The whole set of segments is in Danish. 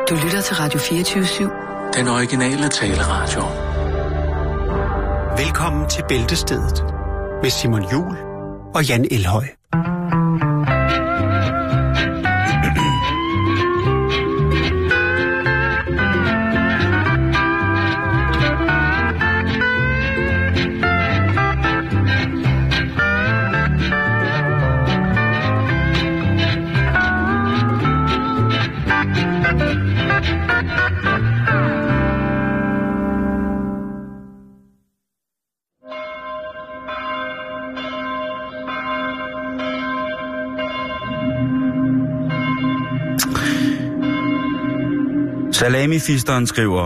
Du lytter til Radio 24/7. Den originale taleradio. Velkommen til Bæltestedet med Simon Juhl og Jan Elhøj. Salamifisteren skriver: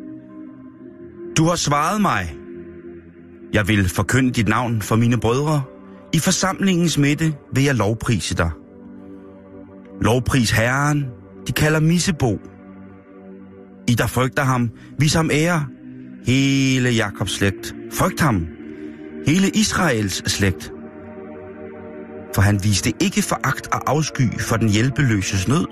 Du har svaret mig. Jeg vil forkynde dit navn for mine brødre. I forsamlingens midte vil jeg lovprise dig. Lovpris Herren, de kalder Missebo. I der frygter ham, vis ham ære. Hele Jakobs slægt, frygt ham. Hele Israels slægt. For han viste ikke foragt og afsky for den hjælpeløses nød.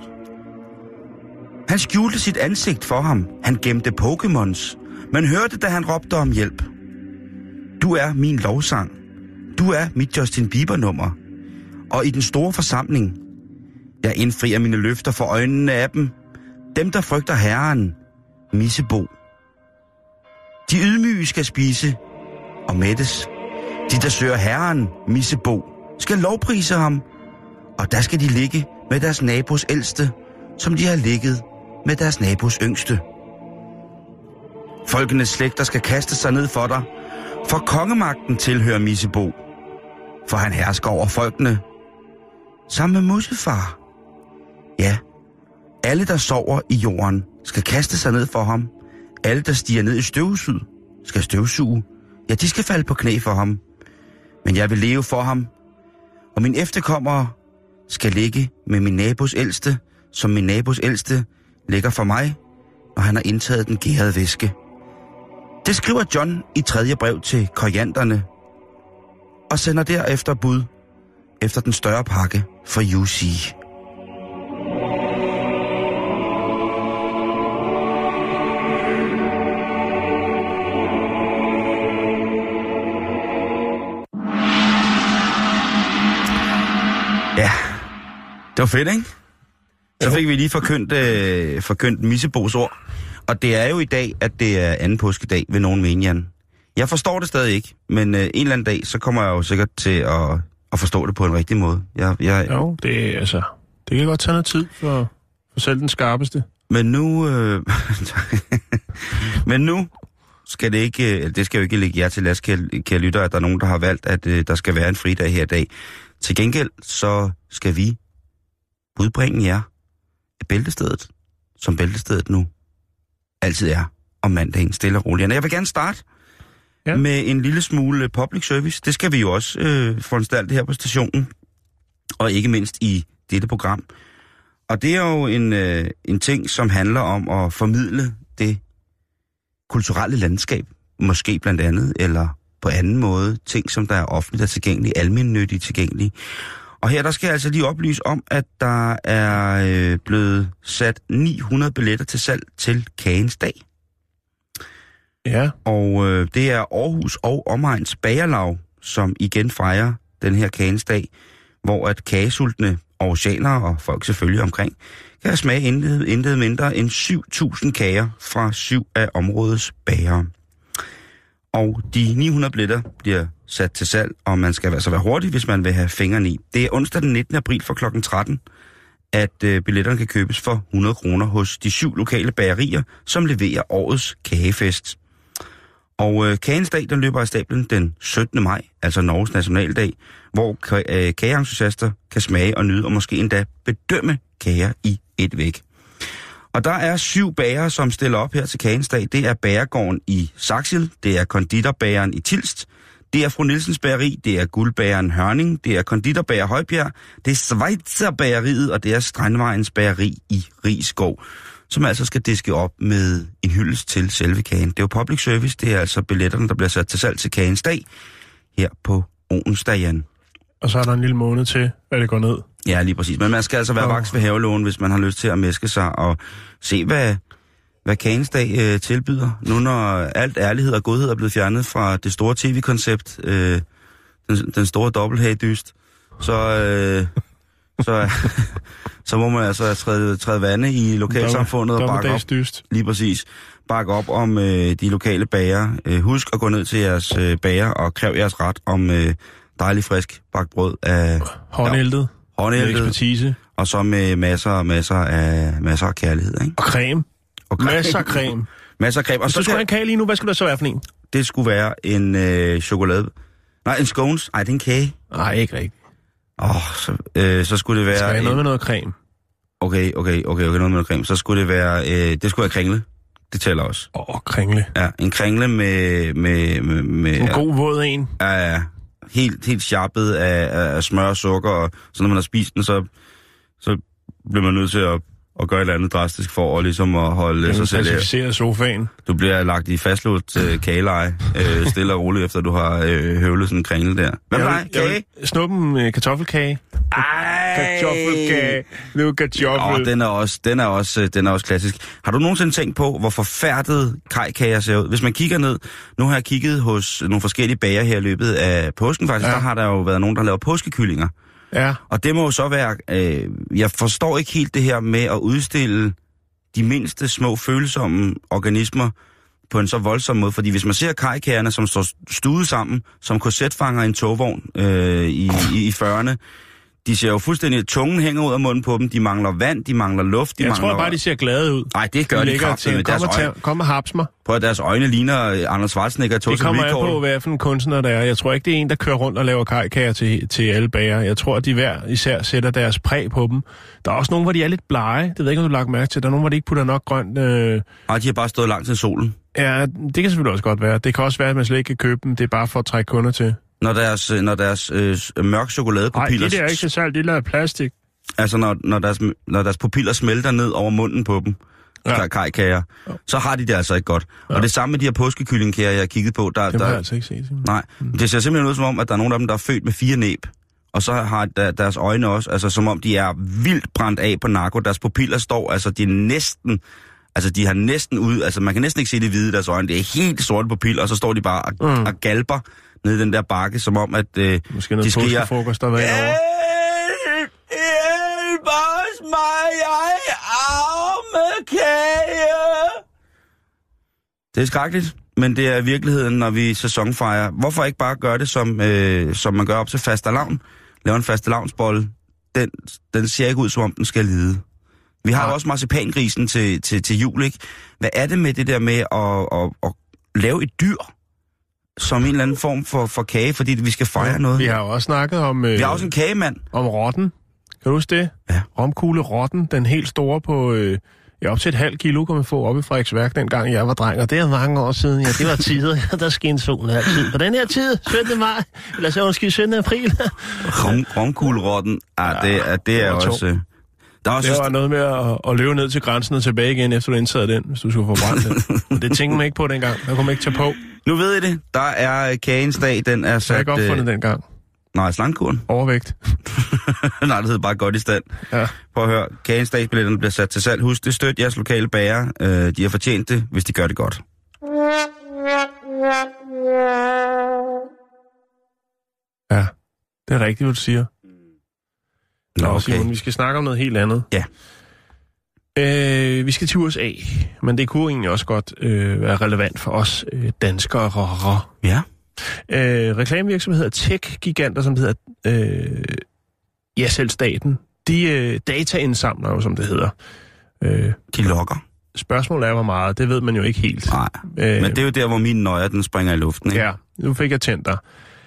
Han skjulte sit ansigt for ham. Han gemte Pokémons. Man hørte, da han råbte om hjælp. Du er min lovsang. Du er mit Justin Bieber-nummer. Og i den store forsamling, jeg indfrier mine løfter for øjnene af dem. Dem, der frygter Herren, Missebo. De ydmyge skal spise og mættes. De, der søger Herren, Missebo, skal lovprise ham. Og der skal de ligge med deres nabos ældste, som de har ligget med deres nabos yngste. Folkenes slægter skal kaste sig ned for dig, for kongemagten tilhører Missebo. For han hersker over folkene, sammen med Mussefar. Ja, alle der sover i jorden skal kaste sig ned for ham. Alle der stiger ned i støvsuget skal støvsuge. Ja, de skal falde på knæ for ham. Men jeg vil leve for ham, og min efterkommere skal ligge med min nabos ældste, som min nabos ældste ligger for mig, når han har indtaget den gærede væske. Det skriver John i 3. brev til koreanderne, og sender derefter bud efter den større pakke for UC. Ja, det var fedt, ikke? Så fik vi lige forkyndt Missebos ord. Og det er jo i dag, at det er anden påskedag ved nogen mene, Jan. Jeg forstår det stadig ikke, men en eller anden dag, så kommer jeg jo sikkert til at forstå det på en rigtig måde. Jo, det kan godt tage noget tid for selv den skarpeste. Men nu... men nu skal det ikke... Det skal jo ikke lægge jer til last, kære lytter, at der er nogen, der har valgt, at der skal være en fridag her i dag. Til gengæld, så skal vi udbringe jer af Bæltestedet, som Bæltestedet nu altid er om mandagen, stille og roligt. Jeg vil gerne starte med en lille smule public service. Det skal vi jo også foranstalte her på stationen, og ikke mindst i dette program. Og det er jo en ting, som handler om at formidle det kulturelle landskab, måske blandt andet, eller på anden måde, ting, som der er offentligt og tilgængelige, almennyttigt tilgængelige. Og her der skal jeg altså lige oplyse om, at der er blevet sat 900 billetter til salg til Kagens Dag. Ja. Og det er Aarhus og Omegns Bagerlag, som igen fejrer den her Kagens Dag, hvor at kagesultne aarhusianere og folk selvfølgelig omkring kan smage intet mindre end 7.000 kager fra 7 af områdets bagere. Og de 900 billetter bliver sat til salg, og man skal altså være hurtig, hvis man vil have fingrene i. Det er onsdag den 19. april fra kl. 13, at billetterne kan købes for 100 kroner hos de 7 lokale bagerier, som leverer årets kagefest. Og Kagens Dag, den løber af stablen den 17. maj, altså Norges nationaldag, hvor kageentusiaster kan smage og nyde, og måske endda bedømme kager i et væk. Og der er 7 bagere, som stiller op her til Kagens Dag. Det er Bagergården i Saxil, det er konditorbageren i Tilst, det er Fru Nielsens Bageri, det er Guldbageren Hørning, det er Konditorbager Højbjerg, det er Schweizerbageriet, og det er Strandvejens Bageri i Rigskov, som altså skal diske op med en hyldest til selve kagen. Det er jo public service, det er altså billetterne, der bliver sat til salg til Kagens Dag her på onsdag, Jan. og så er der en lille måned til, at det går ned. Ja, lige præcis. Men man skal altså være vaks ved havelågen, hvis man har lyst til at mæske sig og se, hvad Kagens Dag tilbyder. Nu når alt ærlighed og godhed er blevet fjernet fra det store tv-koncept, den store dobbelthagedyst, så må man altså træde vande i lokalsamfundet og bakke op. Lige præcis. Bakke op om de lokale bager. Husk at gå ned til jeres bager og kræv jeres ret om dejlig frisk bagt brød af håndæltet. Ekspertise. Og så med masser af kærlighed, ikke? Og creme. Masser af creme. Masser af creme. Og hvis du skulle have en kage lige nu, hvad skulle der så være for en? Det skulle være en chokolade. Nej, en scones. Ej, det er en kage. Nej, ikke rigtigt. Så skulle det være... Skal jeg noget med noget creme? Okay, noget med noget creme. Så skulle det være... det skulle være kringle. Det tæller også. Kringle. Ja, en kringle med en god våd en. Ja. Helt sharpet af smør og sukker, og så når man har spist den, så bliver man nødt til at gøre et eller andet drastisk for at ligesom at holde sig selv... Pacificere sofaen. Du bliver lagt i fastlåst kageleje, stille og roligt, efter du har høvlet sådan en kringle der. Hvad med dig? Kage? Snuppen kartoffelkage. Kartoffelkage. Nu kartoffel. Den er også klassisk. Har du nogensinde tænkt på, hvor forfærdet kajkager ser ud? Hvis man kigger ned, nu har jeg kigget hos nogle forskellige bager her i løbet af påsken faktisk, der har der jo været nogen, der laver påskekyllinger. Ja. Og det må jo så være... jeg forstår ikke helt det her med at udstille de mindste små følsomme organismer på en så voldsom måde. Fordi hvis man ser kajkagerne, som står stuet sammen, som korsetfanger i en togvogn i 40'erne, de ser jo fuldstændig... Tungen hænger ud af munden på dem, de mangler vand, de mangler luft, Jeg tror bare, de ser glade ud. Nej, det gør de kraftigt med deres øjne. Kom og haps mig. Prøv at deres øjne ligner Arnold Schwarzenegger. Det kommer an på, hvad for en kunstner der er. Jeg tror ikke, det er en, der kører rundt og laver kajkager til alle bager. Jeg tror, at de hver især sætter deres præg på dem. Der er også nogle, hvor de er lidt blege. Det ved jeg ikke, om du har lagt mærke til. Der er nogle, hvor de ikke putter nok grønt. Nej, de har bare stået langt til solen. Ja, det kan selvfølgelig også godt være. Det kan også være, at man slet ikke kan købe dem. Det er bare for at trække kunder til. Når deres mørk chokoladepupiller... Nej, det er ikke så salt, det er lavet plastik. Altså, når deres pupiller smelter ned over munden på dem, kajkager, så har de det altså ikke godt. Ja. Og det samme med de her påskekyllingkager, jeg har kigget på... Det har jeg altså ikke set. Nej, det ser simpelthen ud som om, at der er nogle af dem, der er født med 4 næb. Og så har deres øjne også, altså som om de er vildt brændt af på narko. Deres pupiller står, altså de er næsten... Altså, de har næsten ud... Altså, man kan næsten ikke se det hvide i deres øjne. Det er helt sorte pupiller, og så står de bare og galper ned i den der bakke, som om, at måske noget påskefrokost, der var indover. Hjælp os mig, jeg arme kage! Det er skrækkeligt, men det er i virkeligheden, når vi sæsonfejrer. Hvorfor ikke bare gøre det, som man gør op til fastelavn? Lave en fastelavnsbolle. Den ser ikke ud, som om den skal lide. Vi har også marcipangrisen til jul, ikke? Hvad er det med det der med at lave et dyr som en eller anden form for kage, fordi vi skal fejre noget? Vi har jo også snakket om... vi har også en kagemand. Om rotten. Kan du huske det? Ja. Romkugle rotten, den helt store på... op til 0,5 kilo kan man få op i Frederiksværk, dengang jeg var dreng, og det er mange år siden. Ja, det var tider, der skete solen altid. På den her tid, 17. maj, eller så måske 17. april. Romkuglerotten, det er også... Det var noget med at løbe ned til grænsen og tilbage igen, efter du indtaget den, hvis du skulle få brændt den. Og det tænkte man ikke på dengang. Der kunne man ikke tage på. Nu ved I det. Der er Kagens Dag, den er sat... Det er ikke opfundet dengang. Nej, slankkuren. Overvægt. Nej, det hedder bare godt i stand. Ja. Prøv at høre. Kagens Dag-billetterne bliver sat til salg. Husk det, støt jeres lokale bager. De har fortjent det, hvis de gør det godt. Ja, det er rigtigt, hvad du siger. Nå, okay. Simon, vi skal snakke om noget helt andet. Ja. Vi skal til USA, men det kunne egentlig også godt være relevant for os danskere. Ja. Reklamevirksomheder, tech-giganter, som det hedder, selv staten, de dataindsamler jo, som det hedder. De logger. Spørgsmålet er, hvor meget. Det ved man jo ikke helt. Nej, men det er jo der, hvor min nøje, den springer i luften, ikke? Ja, nu fik jeg tændt dig.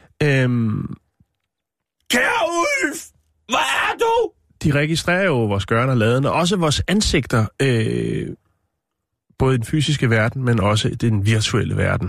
Kære Ulf! Hvad er du? De registrerer jo vores gørne og ladende, også vores ansigter, både i den fysiske verden, men også i den virtuelle verden.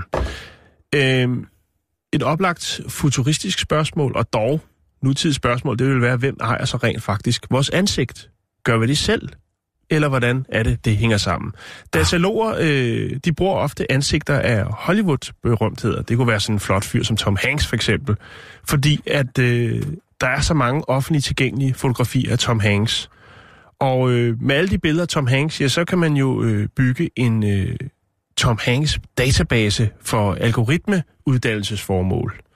Et oplagt futuristisk spørgsmål, og dog nutidigt spørgsmål, det vil være, hvem ejer så rent faktisk vores ansigt? Gør vi det selv? Eller hvordan er det hænger sammen? Dataloger, de bruger ofte ansigter af Hollywood-berømtheder. Det kunne være sådan en flot fyr som Tom Hanks for eksempel. Fordi at der er så mange offentligt tilgængelige fotografier af Tom Hanks. Og med alle de billeder af Tom Hanks, ja, så kan man jo bygge en Tom Hanks database for algoritmeuddannelsesformål.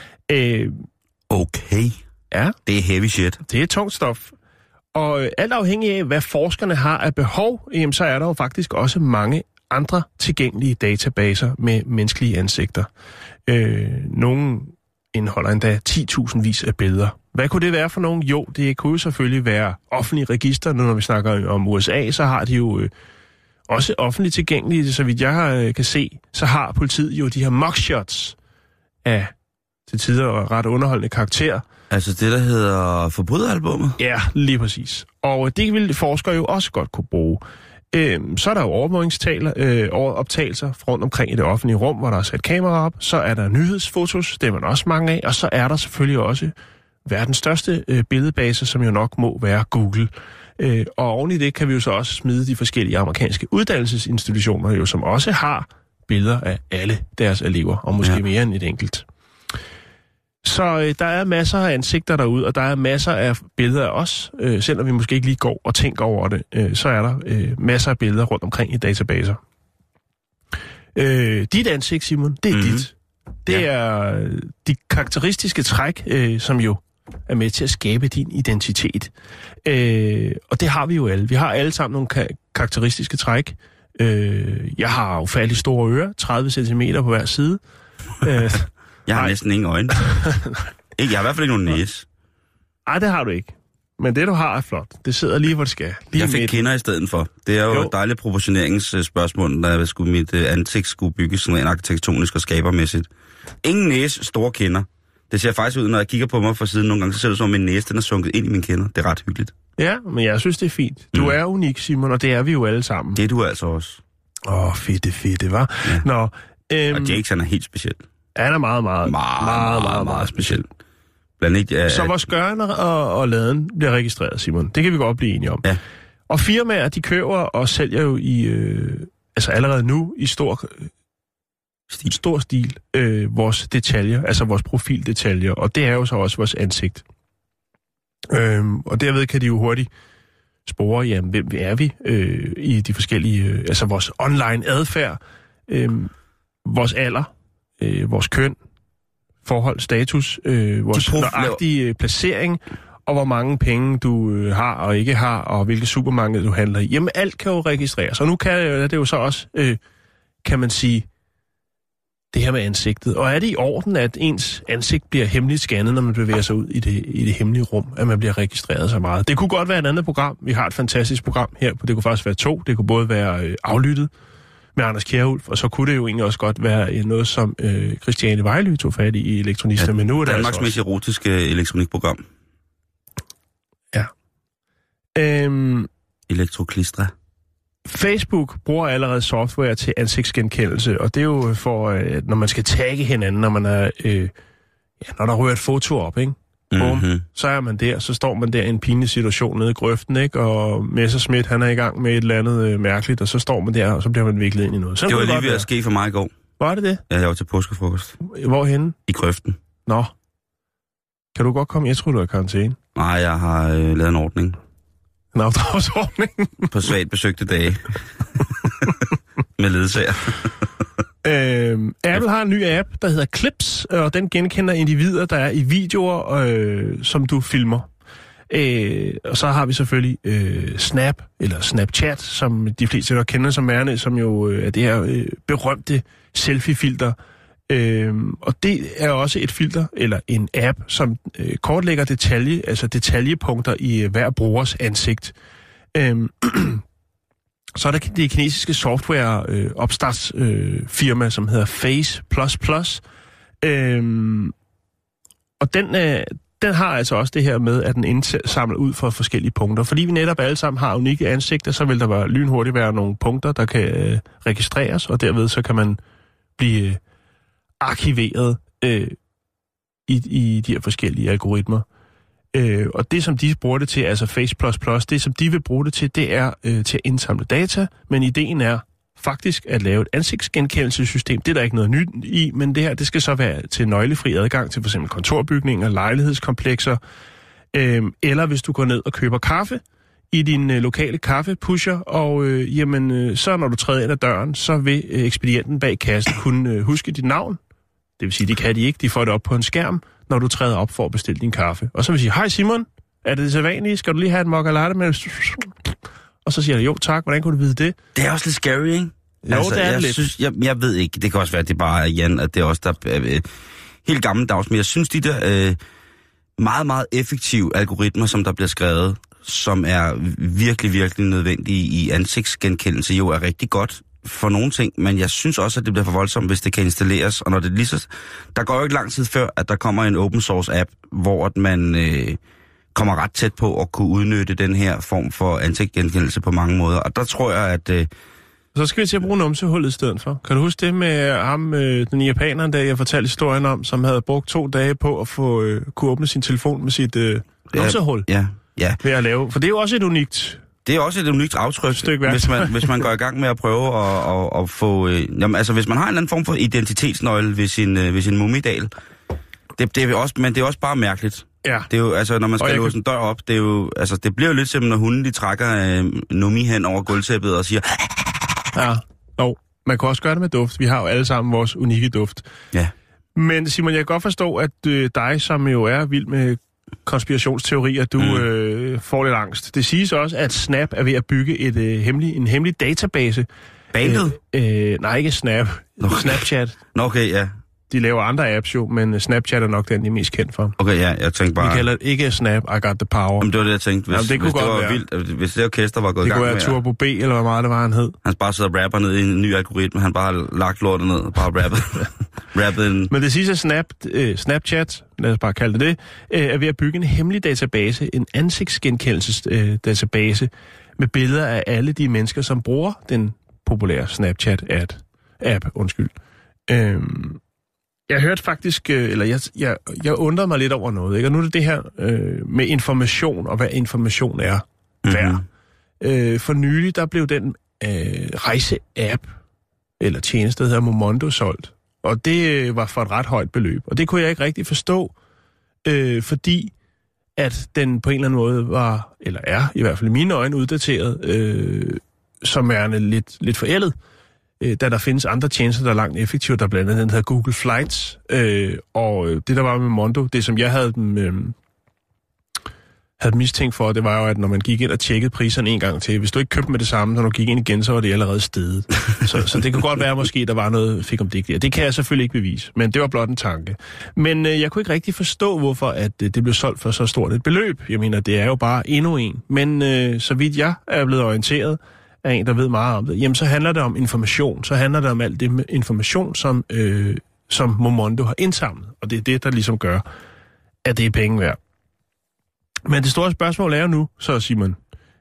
Okay. Ja. Det er heavy shit. Det er tungt stof. Og alt afhængig af, hvad forskerne har af behov, jamen, så er der jo faktisk også mange andre tilgængelige databaser med menneskelige ansigter. Nogle indeholder endda 10.000 vis af billeder. Hvad kunne det være for nogen? Jo, det kunne jo selvfølgelig være offentlige register. Når vi snakker om USA, så har de jo også offentligt tilgængelige. Så vidt jeg kan se, så har politiet jo de her mugshots af til tider ret underholdende karakter. Altså det, der hedder forbryderalbummet? Ja, lige præcis. Og det vil forskere jo også godt kunne bruge. Så er der jo overvågningsoptagelser rundt omkring i det offentlige rum, hvor der er sat kamera op. Så er der nyhedsfotos, det er man også mange af. Og så er der selvfølgelig også verdens største billedbase, som jo nok må være Google. Og oven i det kan vi jo så også smide de forskellige amerikanske uddannelsesinstitutioner, jo, som også har billeder af alle deres elever, og måske mere end et enkelt. Så der er masser af ansigter derude, og der er masser af billeder af os. Selvom vi måske ikke lige går og tænker over det, så er der masser af billeder rundt omkring i databaser. Dit ansigt, Simon, det er dit. Det er de karakteristiske træk, som jo er med til at skabe din identitet. Og det har vi jo alle. Vi har alle sammen nogle karakteristiske træk. Jeg har ufattelig store ører, 30 cm på hver side. Jeg har næsten ingen øjne. Jeg har i hvert fald ikke nogen næse. Nej, det har du ikke. Men det, du har, er flot. Det sidder lige, hvor det skal. Lige jeg fik kinder i stedet for. Det er jo et dejligt proportioneringsspørgsmål, der mit ansigt skulle bygges sådan rent arkitektonisk og skabermæssigt. Ingen næse, store kinder. Det ser faktisk ud, når jeg kigger på mig fra siden nogle gange, så ser det som om min næse, den er sunket ind i mine kinder. Det er ret hyggeligt. Ja, men jeg synes, det er fint. Du er unik, Simon, og det er vi jo alle sammen. Det er du altså også. Fedt, hva'? Ja. Nå, og Jakes, han er helt speciel. Han er meget speciel. Så vores gøren og laden bliver registreret, Simon. Det kan vi godt blive enige om. Ja. Og firmaer, de køber og sælger jo i, allerede nu i stor stil vores detaljer, altså vores profildetaljer, og det er jo så også vores ansigt. Og derved kan de jo hurtigt spore, jamen, hvem er vi i de forskellige, altså vores online adfærd, vores alder, vores køn, forhold, status, vores nøjagtige placering, og hvor mange penge du har og ikke har, og hvilke supermarked du handler i. Jamen, alt kan jo registreres. Og nu kan det jo så også, kan man sige, det her med ansigtet. Og er det i orden, at ens ansigt bliver hemmeligt scannet, når man bevæger sig ud i det hemmelige rum, at man bliver registreret så meget? Det kunne godt være et andet program. Vi har et fantastisk program her. Det kunne faktisk være 2. Det kunne både være aflyttet med Anders Kjærulf, og så kunne det jo egentlig også godt være noget, som Christiane Vejly tog fat i Elektronister. Ja, men nu er det Danmarks mest erotiske elektronikprogram. Ja. Elektroklistra. Facebook bruger allerede software til ansigtsgenkendelse, og det er jo for, når man skal tagge hinanden, når man er, når der rører et foto op, ikke? Mm-hmm. Så er man der, så står man der i en pinlig situation nede i grøften, ikke? Og Messerschmidt, han er i gang med et eller andet mærkeligt, og så står man der, og så bliver man viklet ind i noget. Det var lige ved at ske for mig i går. Var det det? Ja, jeg var til påskefrokost. Hvorhenne? I grøften. Nå. Kan du godt komme? Jeg tror, du er i karantæne. Nej, jeg har lavet en ordning. En opdragsordning? På svagt besøgte dage. Med ledsager. Apple har en ny app, der hedder Clips, og den genkender individer, der er i videoer, som du filmer. Og så har vi selvfølgelig Snap, eller Snapchat, som de fleste der kender som værende, som jo er det her berømte selfie-filter. Og det er også et filter, eller en app, som kortlægger detaljepunkter i hver brugers ansigt. Så er der det kinesiske software opstartsfirma, som hedder Face++. Og den har altså også det her med, at den indsamler ud fra forskellige punkter. Fordi vi netop alle sammen har unikke ansigter, så vil der lynhurtigt være nogle punkter, der kan registreres, og derved så kan man blive arkiveret i de her forskellige algoritmer. Og det, som de bruger det til, altså Face++, det, som de vil bruge det til, det er til at indsamle data, men ideen er faktisk at lave et ansigtsgenkendelsessystem. Det er der ikke noget nyt i, men det her, det skal så være til nøglefri adgang til f.eks. kontorbygninger, lejlighedskomplekser, eller hvis du går ned og køber kaffe i din lokale kaffepusher, og så når du træder ind ad døren, så vil ekspedienten bag kassen kunne huske dit navn. Det vil sige, det kan de ikke. De får det op på en skærm, når du træder op for at bestille din kaffe. Og så vil sige, hej Simon, er det så vanligt? Skal du lige have en mocha latte med? Og så siger jeg, jo tak, hvordan kunne du vide det? Det er også lidt scary, ikke? Jo, altså, det er jeg lidt. Synes, jeg ved ikke, det kan også være, at det bare er Jan, at det er også der helt gammeldags, men jeg synes, de der meget, meget effektive algoritmer, som der bliver skrevet, som er virkelig, virkelig nødvendige i ansigtsgenkendelse, jo er rigtig godt for nogle ting, men jeg synes også, at det bliver for voldsomt, hvis det kan installeres, og når det lige så... Der går jo ikke lang tid før, at der kommer en open source app, hvor man kommer ret tæt på at kunne udnytte den her form for ansigtsgenkendelse på mange måder, og der tror jeg, at... Så skal vi til at bruge numsehullet i stedet for. Kan du huske det med ham, den japaneren, der jeg fortalte historien om, som havde brugt 2 dage på at kunne åbne sin telefon med sit numsehul? Ja. Ved at lave, for det er jo også et unikt... Det er også et unikt aftryk, hvis man går i gang med at prøve at få... jamen, altså, hvis man har en anden form for identitetsnøgle ved sin mumidal, det er også, men det er også bare mærkeligt. Ja. Det er jo, altså, når man skal låse en dør op, det er jo, altså, det bliver jo lidt som, når hunden, de trækker nummi hen over gulvtæppet og siger... Ja, man kan også gøre det med duft. Vi har jo alle sammen vores unikke duft. Ja. Men Simon, jeg kan godt forstå, at dig, som jo er vild med konspirationsteorier, du får lidt angst. Det siges også, at Snap er ved at bygge en hemmelig database. Bandet? Nej, ikke Snap. Snapchat. Nå, okay, ja. De laver andre apps jo, men Snapchat er nok den, de er mest kendt for. Okay, ja, jeg tænkte bare... Vi kalder det ikke Snap, I got the power. Jamen, det var det, jeg tænkte. Hvis det var vildt, hvis det orkester var gået i gang med... Det kunne være Turbo B, eller hvad meget det var, han hed. Han bare sidder og rapper ned i en ny algoritme. Han bare har lagt lortet ned og bare rappet en... Men det siges, at Snapchat, lad os bare kalde det, er ved at bygge en hemmelig database, en ansigtsgenkendelsesdatabase, med billeder af alle de mennesker, som bruger den populære Snapchat-app. Jeg hørte faktisk, jeg undrede mig lidt over noget, ikke? Og nu er det her med information, og hvad information er værd. For nylig, der blev den rejse-app, eller tjeneste, der hedder Momondo, solgt. Og det var for et ret højt beløb. Og det kunne jeg ikke rigtig forstå, fordi at den på en eller anden måde var, eller er, i hvert fald i mine øjne, uddateret, som er lidt forældet. Da der findes andre tjenester, der er langt effektive, der blandt andet den hedder Google Flights, og det der var med Mondo, det som jeg havde mistænkt for, det var jo, at når man gik ind og tjekkede priserne en gang til, hvis du ikke købte med det samme, når du gik ind igen, så var det allerede steget. så det kunne godt være måske, der var noget fik om det der. Det kan jeg selvfølgelig ikke bevise, men det var blot en tanke. Men jeg kunne ikke rigtig forstå, hvorfor at det blev solgt for så stort et beløb. Jeg mener, det er jo bare endnu en. Men så vidt jeg er blevet orienteret af en, der ved meget om det, jamen så handler det om information. Så handler det om alt det med information, som Momondo har indsamlet. Og det er det, der ligesom gør, at det er penge værd. Men det store spørgsmål er jo nu, så Simon,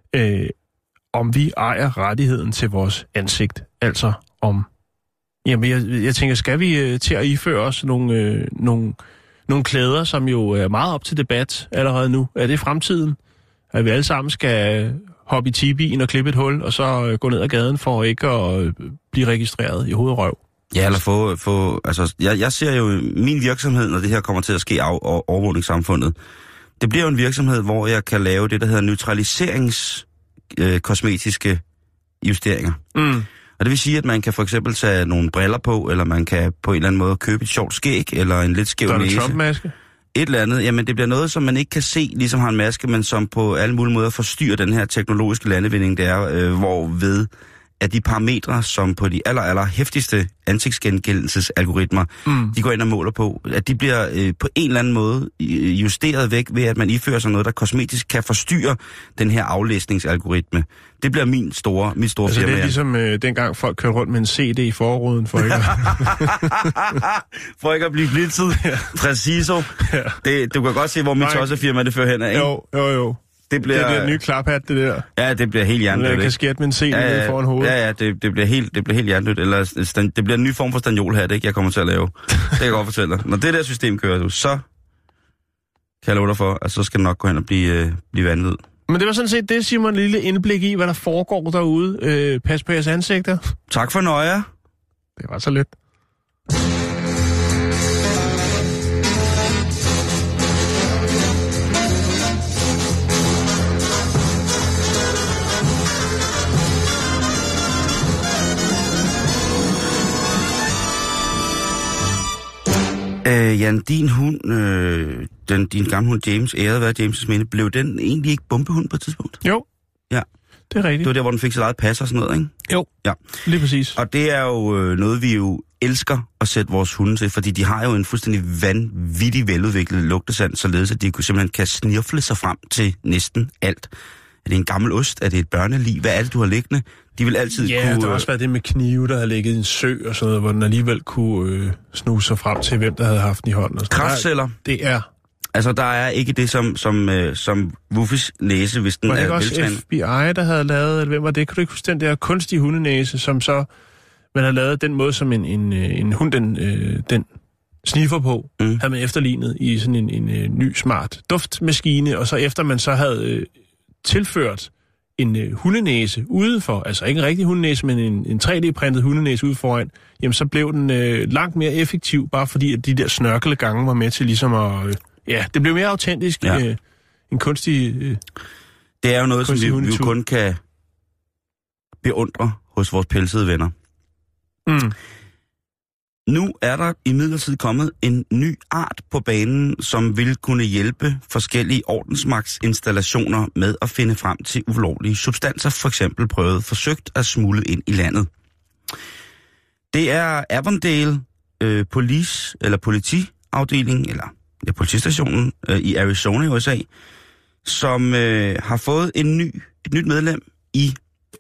om vi ejer rettigheden til vores ansigt. Altså om... Jamen, jeg tænker, skal vi til at iføre os nogle klæder, som jo er meget op til debat allerede nu? Er det fremtiden? At vi alle sammen skal hoppe i tibilen og klippe et hul, og så gå ned ad gaden for ikke at blive registreret i hoved og røv? Ja, eller få altså, jeg ser jo min virksomhed, når det her kommer til at ske overvågningssamfundet. Det bliver jo en virksomhed, hvor jeg kan lave det, der hedder neutraliseringskosmetiske justeringer. Og det vil sige, at man kan for eksempel tage nogle briller på, eller man kan på en eller anden måde købe et sjovt skæg, eller en lidt skæv næse. Donald Trump-maske? Et eller andet. Jamen, det bliver noget, som man ikke kan se, ligesom har en maske, men som på alle mulige måder forstyrrer den her teknologiske landevinding, der er, hvorved at de parametre, som på de aller hæftigste ansigtsgenkendelsesalgoritmer, de går ind og måler på, at de bliver på en eller anden måde justeret væk ved, at man ifører sig noget, der kosmetisk kan forstyrre den her aflæsningsalgoritme. Det bliver mit store firma. Altså det er ligesom dengang folk kørte rundt med en CD i forruden for ikke for ikke at blive blitzet. Ja. Præciso. Ja. Du kan godt se, hvor mit tossefirma det fører hen af, ikke? Jo. Det bliver det nye klaphat, det der. Ja, det bliver helt hjernedødt. Det kasket med en CD foran hovedet. Ja, det bliver helt hjernedødt. Eller det bliver en ny form for stanjolhat, ikke? Jeg kommer til at lave. Det kan jeg godt fortælle dig. Når det der system kører, så kan jeg love dig for, at så skal det nok gå hen og blive vanvid. Men det var sådan set det, Simon, en lille indblik i, hvad der foregår derude. Pas på jeres ansigter. Tak for nøje. Det var så lidt. Jan, din hund, din gamle hund James, æret være James' minde, blev den egentlig ikke bombehund på et tidspunkt? Jo. Ja. Det er rigtigt. Det var der, hvor den fik sit eget pas og sådan noget, ikke? Jo, ja. Lige præcis. Og det er jo noget, vi jo elsker at sætte vores hunde til, fordi de har jo en fuldstændig vanvittig veludviklet lugtesans, således at de simpelthen kan snirfle sig frem til næsten alt. Er det en gammel ost? Er det et børnelig? Hvad er det, du har liggende? De vil altid kunne... Ja, der har også været det med knive, der har ligget i en sø og sådan noget, hvor den alligevel kunne snuse sig frem til, hvem der havde haft den i hånden. Kræftceller? Det er... Altså, der er ikke det som Wuffis næse, hvis den er veltrænet. Var det ikke også FBI, der havde lavet, eller hvem var det? Kan du ikke huske den der kunstige hundenæse, som så... Man havde lavet den måde, som en hund, den sniffer på, havde man efterlignet i sådan en ny smart duftmaskine, og så efter man så havde tilført en hundenæse udenfor, altså ikke en rigtig hundenæse, men en 3D-printet hundenæse ude foran, jamen så blev den langt mere effektiv, bare fordi at de der snørkelegange var med til ligesom at... det blev mere autentisk en kunstig... det er jo noget, som vi jo kun kan beundre hos vores pelsede venner. Mm. Nu er der imidlertid kommet en ny art på banen, som vil kunne hjælpe forskellige ordensmagtsinstallationer med at finde frem til ulovlige substanser, for eksempel forsøgt at smule ind i landet. Det er Avondale politiafdeling, eller politistationen i Arizona i USA, som har fået et nyt medlem i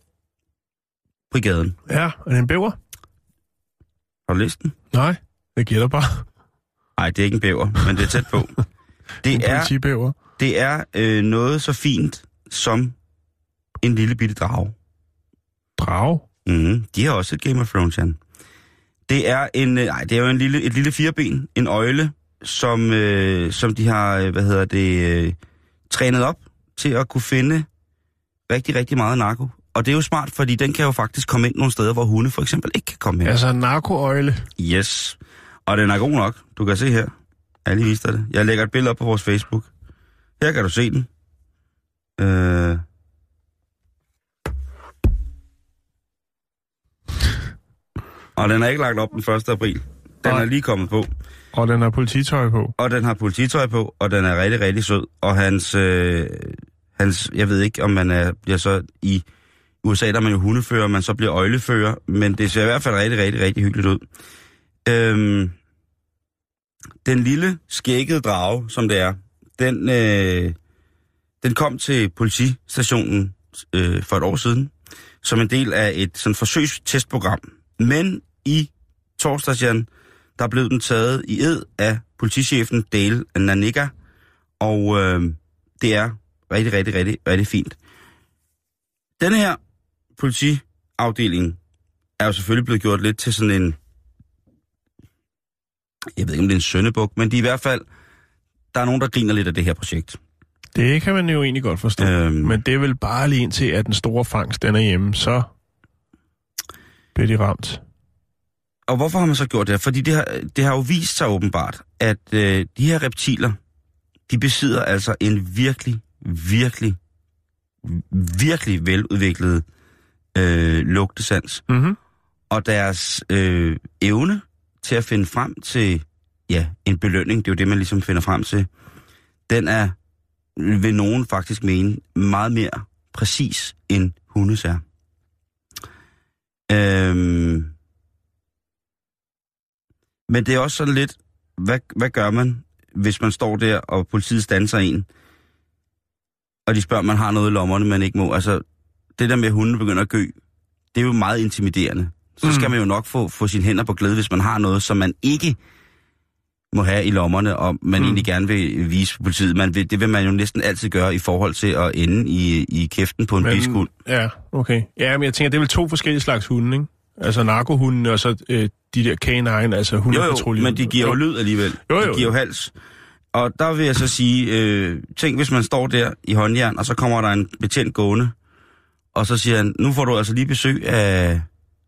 brigaden. Ja, er det en bæver? Har du læst den? Nej, jeg gætter bare. Nej, det er ikke en bæver, men det er tæt på. Det er noget så fint som en lille bitte drage. Drage? De har også et Game of Thrones, Jan. Det er jo et lille fireben, en øgle, som de har, trænet op til at kunne finde rigtig, rigtig meget narko. Og det er jo smart, fordi den kan jo faktisk komme ind nogle steder, hvor hunde for eksempel ikke kan komme hen. Altså en narkoøgle? Yes. Og den er god nok. Du kan se her. Jeg lige viste dig det. Jeg lægger et billede op på vores Facebook. Her kan du se den. Og den er ikke lagt op den 1. april. Den er lige kommet på. Og den har polititøj på. Og den er rigtig, rigtig sød. Og hans jeg ved ikke, om man bliver så i USA, der er man jo hundefører, man så bliver øjlefører, men det ser i hvert fald rigtig, rigtig, rigtig hyggeligt ud. Den lille skæggede drage, som det er, den kom til politistationen for et år siden, som en del af et sådan forsøgstestprogram. Men i torsdags, Jan, der blev den taget i ed af politichefen Dale Nanica, og det er rigtig, rigtig, rigtig, rigtig fint. Denne her politiafdeling er jo selvfølgelig blevet gjort lidt til sådan en, jeg ved ikke, om det er en syndebuk, men de i hvert fald, der er nogen, der griner lidt af det her projekt. Det kan man jo egentlig godt forstå. Men det er vel bare lige indtil, at den store fangst den er hjemme, så bliver de ramt. Og hvorfor har man så gjort det her? Fordi det har jo vist sig åbenbart, at de her reptiler, de besidder altså en virkelig, virkelig, virkelig veludviklet lugtesans. Mm-hmm. Og deres evne til at finde frem til en belønning, det er jo det, man ligesom finder frem til, den er, vil nogen faktisk mene, meget mere præcis end hundes er. Men det er også sådan lidt, hvad gør man, hvis man står der, og politiet standser en, og de spørger, om man har noget i lommerne, man ikke må. Altså, det der med, at hunden begynder at gø, det er jo meget intimiderende. Så skal man jo nok få sine hænder på glæde, hvis man har noget, som man ikke må have i lommerne, og man egentlig gerne vil vise på politiet. Det vil man jo næsten altid gøre i forhold til at ende i kæften på en biskund. Ja, okay. Ja, men jeg tænker, det er vel 2 forskellige slags hunde, ikke? Altså narkohunde, og så de der canine, altså hundepatrulje. Jo, men de giver jo lyd alligevel. Jo. De giver jo hals. Og der vil jeg så sige, tænk hvis man står der i håndjern, og så kommer der en betjent gående, og så siger han, nu får du altså lige besøg af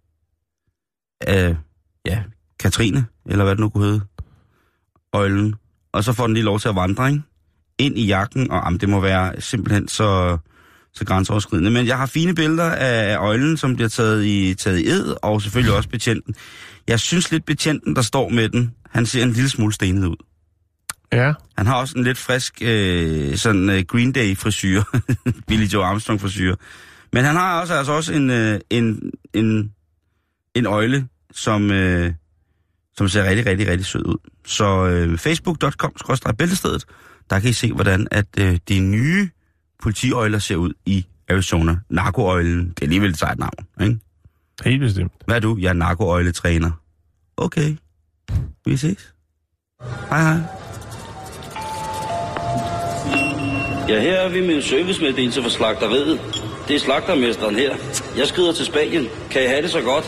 Katrine, eller hvad det nu kunne hedde, øjlen. Og så får den lige lov til at vandre, ikke? Ind i jakken, og det må være simpelthen så grænseoverskridende. Men jeg har fine billeder af øjlen, som bliver taget i ed, og selvfølgelig også betjenten. Jeg synes lidt betjenten, der står med den, han ser en lille smule stenet ud. Ja. Han har også en lidt frisk Green Day-frisyr, Billy Joe Armstrong-frisyr. Men han har også en øjle, som ser rigtig, rigtig, rigtig sød ud. Så facebook.com/bæltestedet, der kan I se, hvordan at de nye politiøjler ser ud i Arizona. Narkoøjlen, det er alligevel et sejt navn, ikke? Helt bestemt. Hvad er du? Jeg er narkoøjletræner. Okay, vi ses. Hej hej. Ja, her er vi med en servicemeddelelse for slagteriet. Det er slagtermesteren her. Jeg skrider til Spanien. Kan I have det så godt?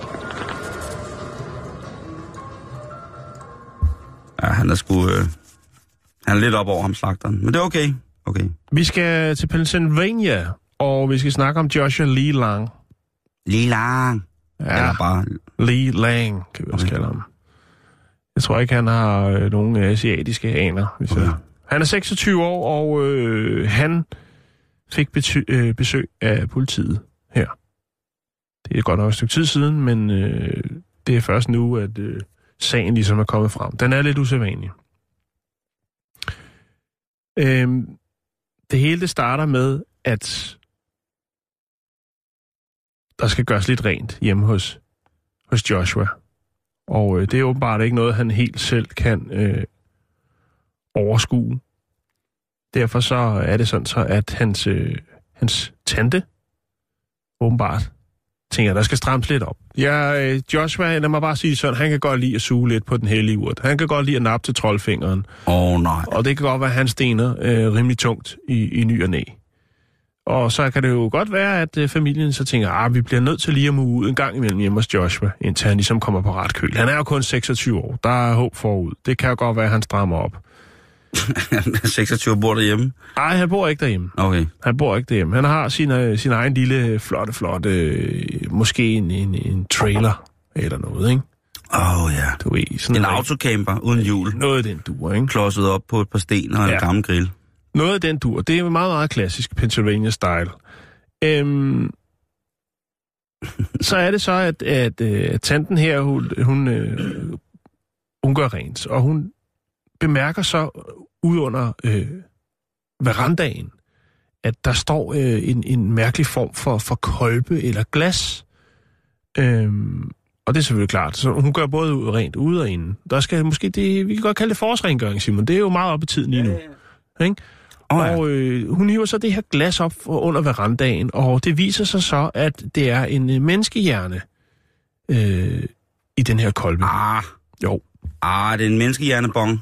Ja, han er lidt op over ham, slagteren. Men det er okay. Vi skal til Pennsylvania, og vi skal snakke om Joshua Lee Lang. Lee Lang. Ja, eller bare Lee Lang, kan vi også kalde ham. Jeg tror ikke, han har nogen asiatiske aner. Okay. Han er 26 år, og han fik besøg af politiet her. Det er godt nok et stykke tid siden, men det er først nu, at sagen ligesom er kommet frem. Den er lidt usædvanlig. Det hele det starter med, at der skal gøres lidt rent hjemme hos Joshua. Og det er åbenbart ikke noget, han helt selv kan overskue. Derfor så er det sådan så, at hans tante åbenbart tænker, der skal strammes lidt op. Joshua, lad mig bare sige sådan, han kan godt lide at suge lidt på den hellige urt. Han kan godt lide at nappe til troldfingeren. Nej. Og det kan godt være, at han stener rimelig tungt i ny og næ. Og så kan det jo godt være, at familien så tænker, vi bliver nødt til lige at move ud en gang imellem hjemme hos Joshua, indtil han ligesom kommer på ret køl. Han er jo kun 26 år. Der er håb forud. Det kan jo godt være, at han strammer op. 26 bor derhjemme? Nej, han bor ikke derhjemme. Okay. Han bor ikke derhjemme. Han har sin egen lille, flotte, måske en trailer eller noget, ikke? Ja. Du ved, sådan en autocamper uden hjul. Noget af den dur, ikke? Klodset op på et par sten og en gammel grill. Noget af den dur. Det er meget, meget klassisk Pennsylvania-style. Så er det så, at tanten her, hun gør rent, og hun bemærker så ud under verandaen, at der står en mærkelig form for kolbe eller glas. Og det er selvfølgelig klart. Så hun gør både rent ude og inde. Der skal måske det, vi kan godt kalde det forårsrengøring, Simon. Det er jo meget op i tiden lige nu. Ikke? Og hun hiver så det her glas op under verandaen, og det viser sig så, at det er en menneskehjerne i den her kolbe. Jo. Det er en menneskehjernebong.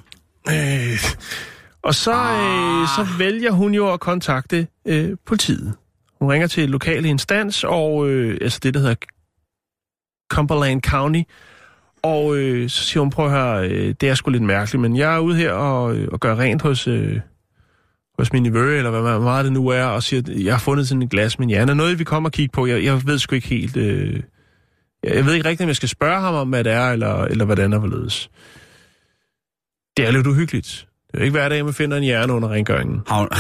Og så vælger hun jo at kontakte politiet. Hun ringer til et lokale instans, og altså det, der hedder Cumberland County. Og så siger hun, prøv at høre, det er sgu lidt mærkeligt, men jeg er ude her og gør rent hos min nevø, eller hvad meget det nu er, og siger, at jeg har fundet sådan et glas med en hjerne. Noget, vi kommer og kigge på. Jeg ved sgu ikke helt... jeg ved ikke rigtigt, om jeg skal spørge ham om, hvad det er, eller hvordan er hvorledes. Det er lidt uhyggeligt. Det er ikke hver dag, man finder en hjerne under rengøringen.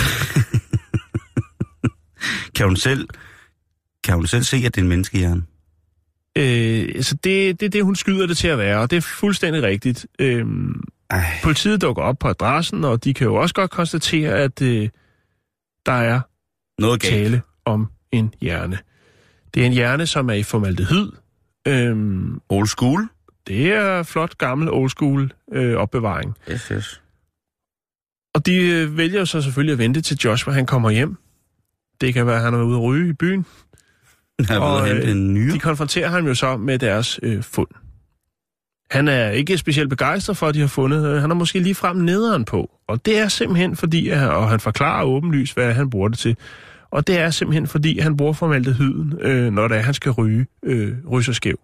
Kan hun selv se, at det er en menneskehjerne? Så det er det, hun skyder det til at være, og det er fuldstændig rigtigt. Politiet dukker op på adressen, og de kan jo også godt konstatere, at der er noget tale om en hjerne. Det er en hjerne, som er i formaldehyd. Old school? Det er flot, gammel old school opbevaring. Yes. Og de vælger jo så selvfølgelig at vente til Joshua, han kommer hjem. Det kan være, at han er ude at ryge i byen. Og de konfronterer ham jo så med deres fund. Han er ikke specielt begejstret for, at de har fundet. Han er måske ligefrem nederen på. Og det er simpelthen fordi, og han forklarer åbenlyst, hvad han bruger det til. Og det er simpelthen fordi, han bruger formaldehyden, når det er, han skal ryge så skæv.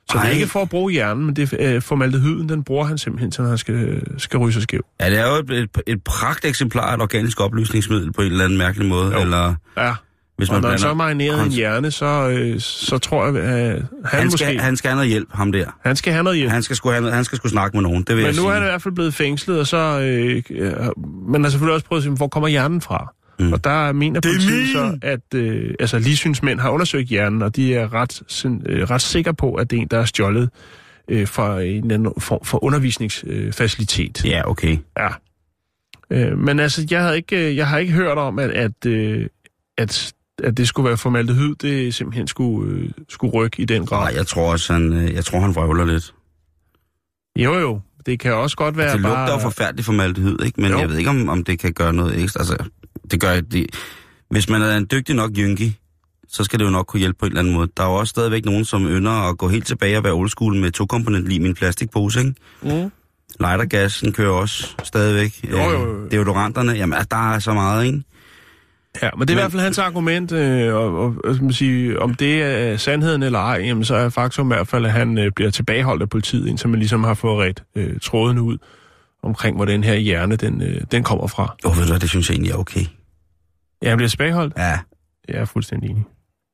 Så det er ikke for at bruge hjernen, men det er formaldehyden, den bruger han simpelthen, så han skal ryge sig skæv. Ja, det er jo et pragteksemplar af et organisk opløsningsmiddel på en eller anden mærkelig måde. Jo. Eller, ja, hvis man og når han så marineret en hjerne, så tror jeg, at han skal have noget hjælp, ham der. Han skal have noget hjælp. Han skal sgu snakke med nogen, det vil men jeg sige. Men nu er han i hvert fald blevet fængslet, og så... men har selvfølgelig også prøvet at sige, hvor kommer hjernen fra? Og der mener politiet så, at livssynsmænd har undersøgt hjernen, og de er ret sikre på, at det er en, der er stjålet fra en eller anden form for undervisningsfacilitet. Ja, okay. Ja. Men altså, jeg har ikke hørt om, at det skulle være formaldehyd, det simpelthen skulle rykke i den grad. Nej, jeg tror også, han vrøvler lidt. Jo, det kan også godt være det lugter jo forfærdeligt formaldehyd, ikke? Men jeg ved ikke, om det kan gøre noget ekstra. Altså, det gør det. Hvis man er en dygtig nok junkie, så skal det jo nok kunne hjælpe på en eller anden måde. Der er jo også stadigvæk nogen, som ynder at gå helt tilbage og være old school med 2-komponent lim i en plastikpose, ikke? Mm. Lightergassen kører også stadigvæk. Jo. Deodoranterne, jamen der er så meget, ikke? Ja, men det er i hvert fald hans argument, og man sige, om det er sandheden eller ej, jamen, så er faktum i hvert fald, at han bliver tilbageholdt af politiet, indtil man ligesom har fået ret trådene ud omkring, hvor den her hjerne, den kommer fra. Ved du hvad, det synes jeg egentlig er okay. Ja, han bliver tilbageholdt? Ja. Jeg er fuldstændig enig.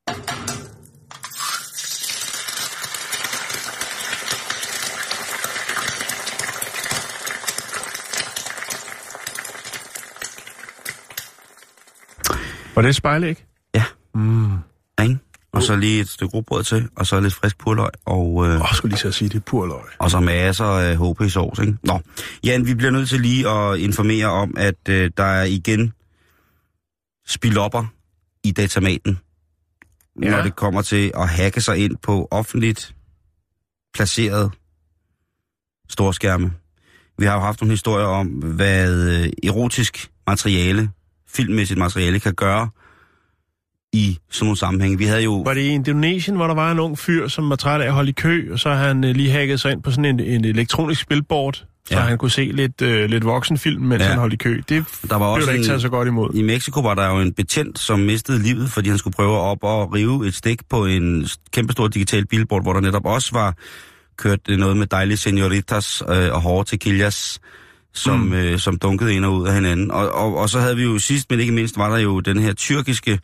Var det et spejlæg? Ja. Og så lige et stykke rugbrød til, og så lidt frisk purløg. Skulle lige så sige, det er purløg. Og så masser af HP i sovs, ikke? Nå, Jan, vi bliver nødt til lige at informere om, at der er igen spilopper i datamaten, når det kommer til at hacke sig ind på offentligt placeret storskærme. Vi har jo haft nogle historier om, hvad erotisk materiale, filmmæssigt materiale kan gøre i sådan nogle sammenhænge. Vi havde jo... Var det i Indonesien, hvor der var en ung fyr, som var træt af at holde i kø, og så har han lige hacket sig ind på sådan en elektronisk spilboard, så han kunne se lidt voksenfilm, mens han holdt i kø. Det der var også blev ikke taget så godt imod. I Mexico var der jo en betjent, som mistede livet, fordi han skulle prøve op og rive et stik på en kæmpestor digital billboard, hvor der netop også var kørt noget med dejlige senoritas og hårde tequillas, som dunkede ind og ud af hinanden. Og så havde vi jo sidst, men ikke mindst, var der jo den her tyrkiske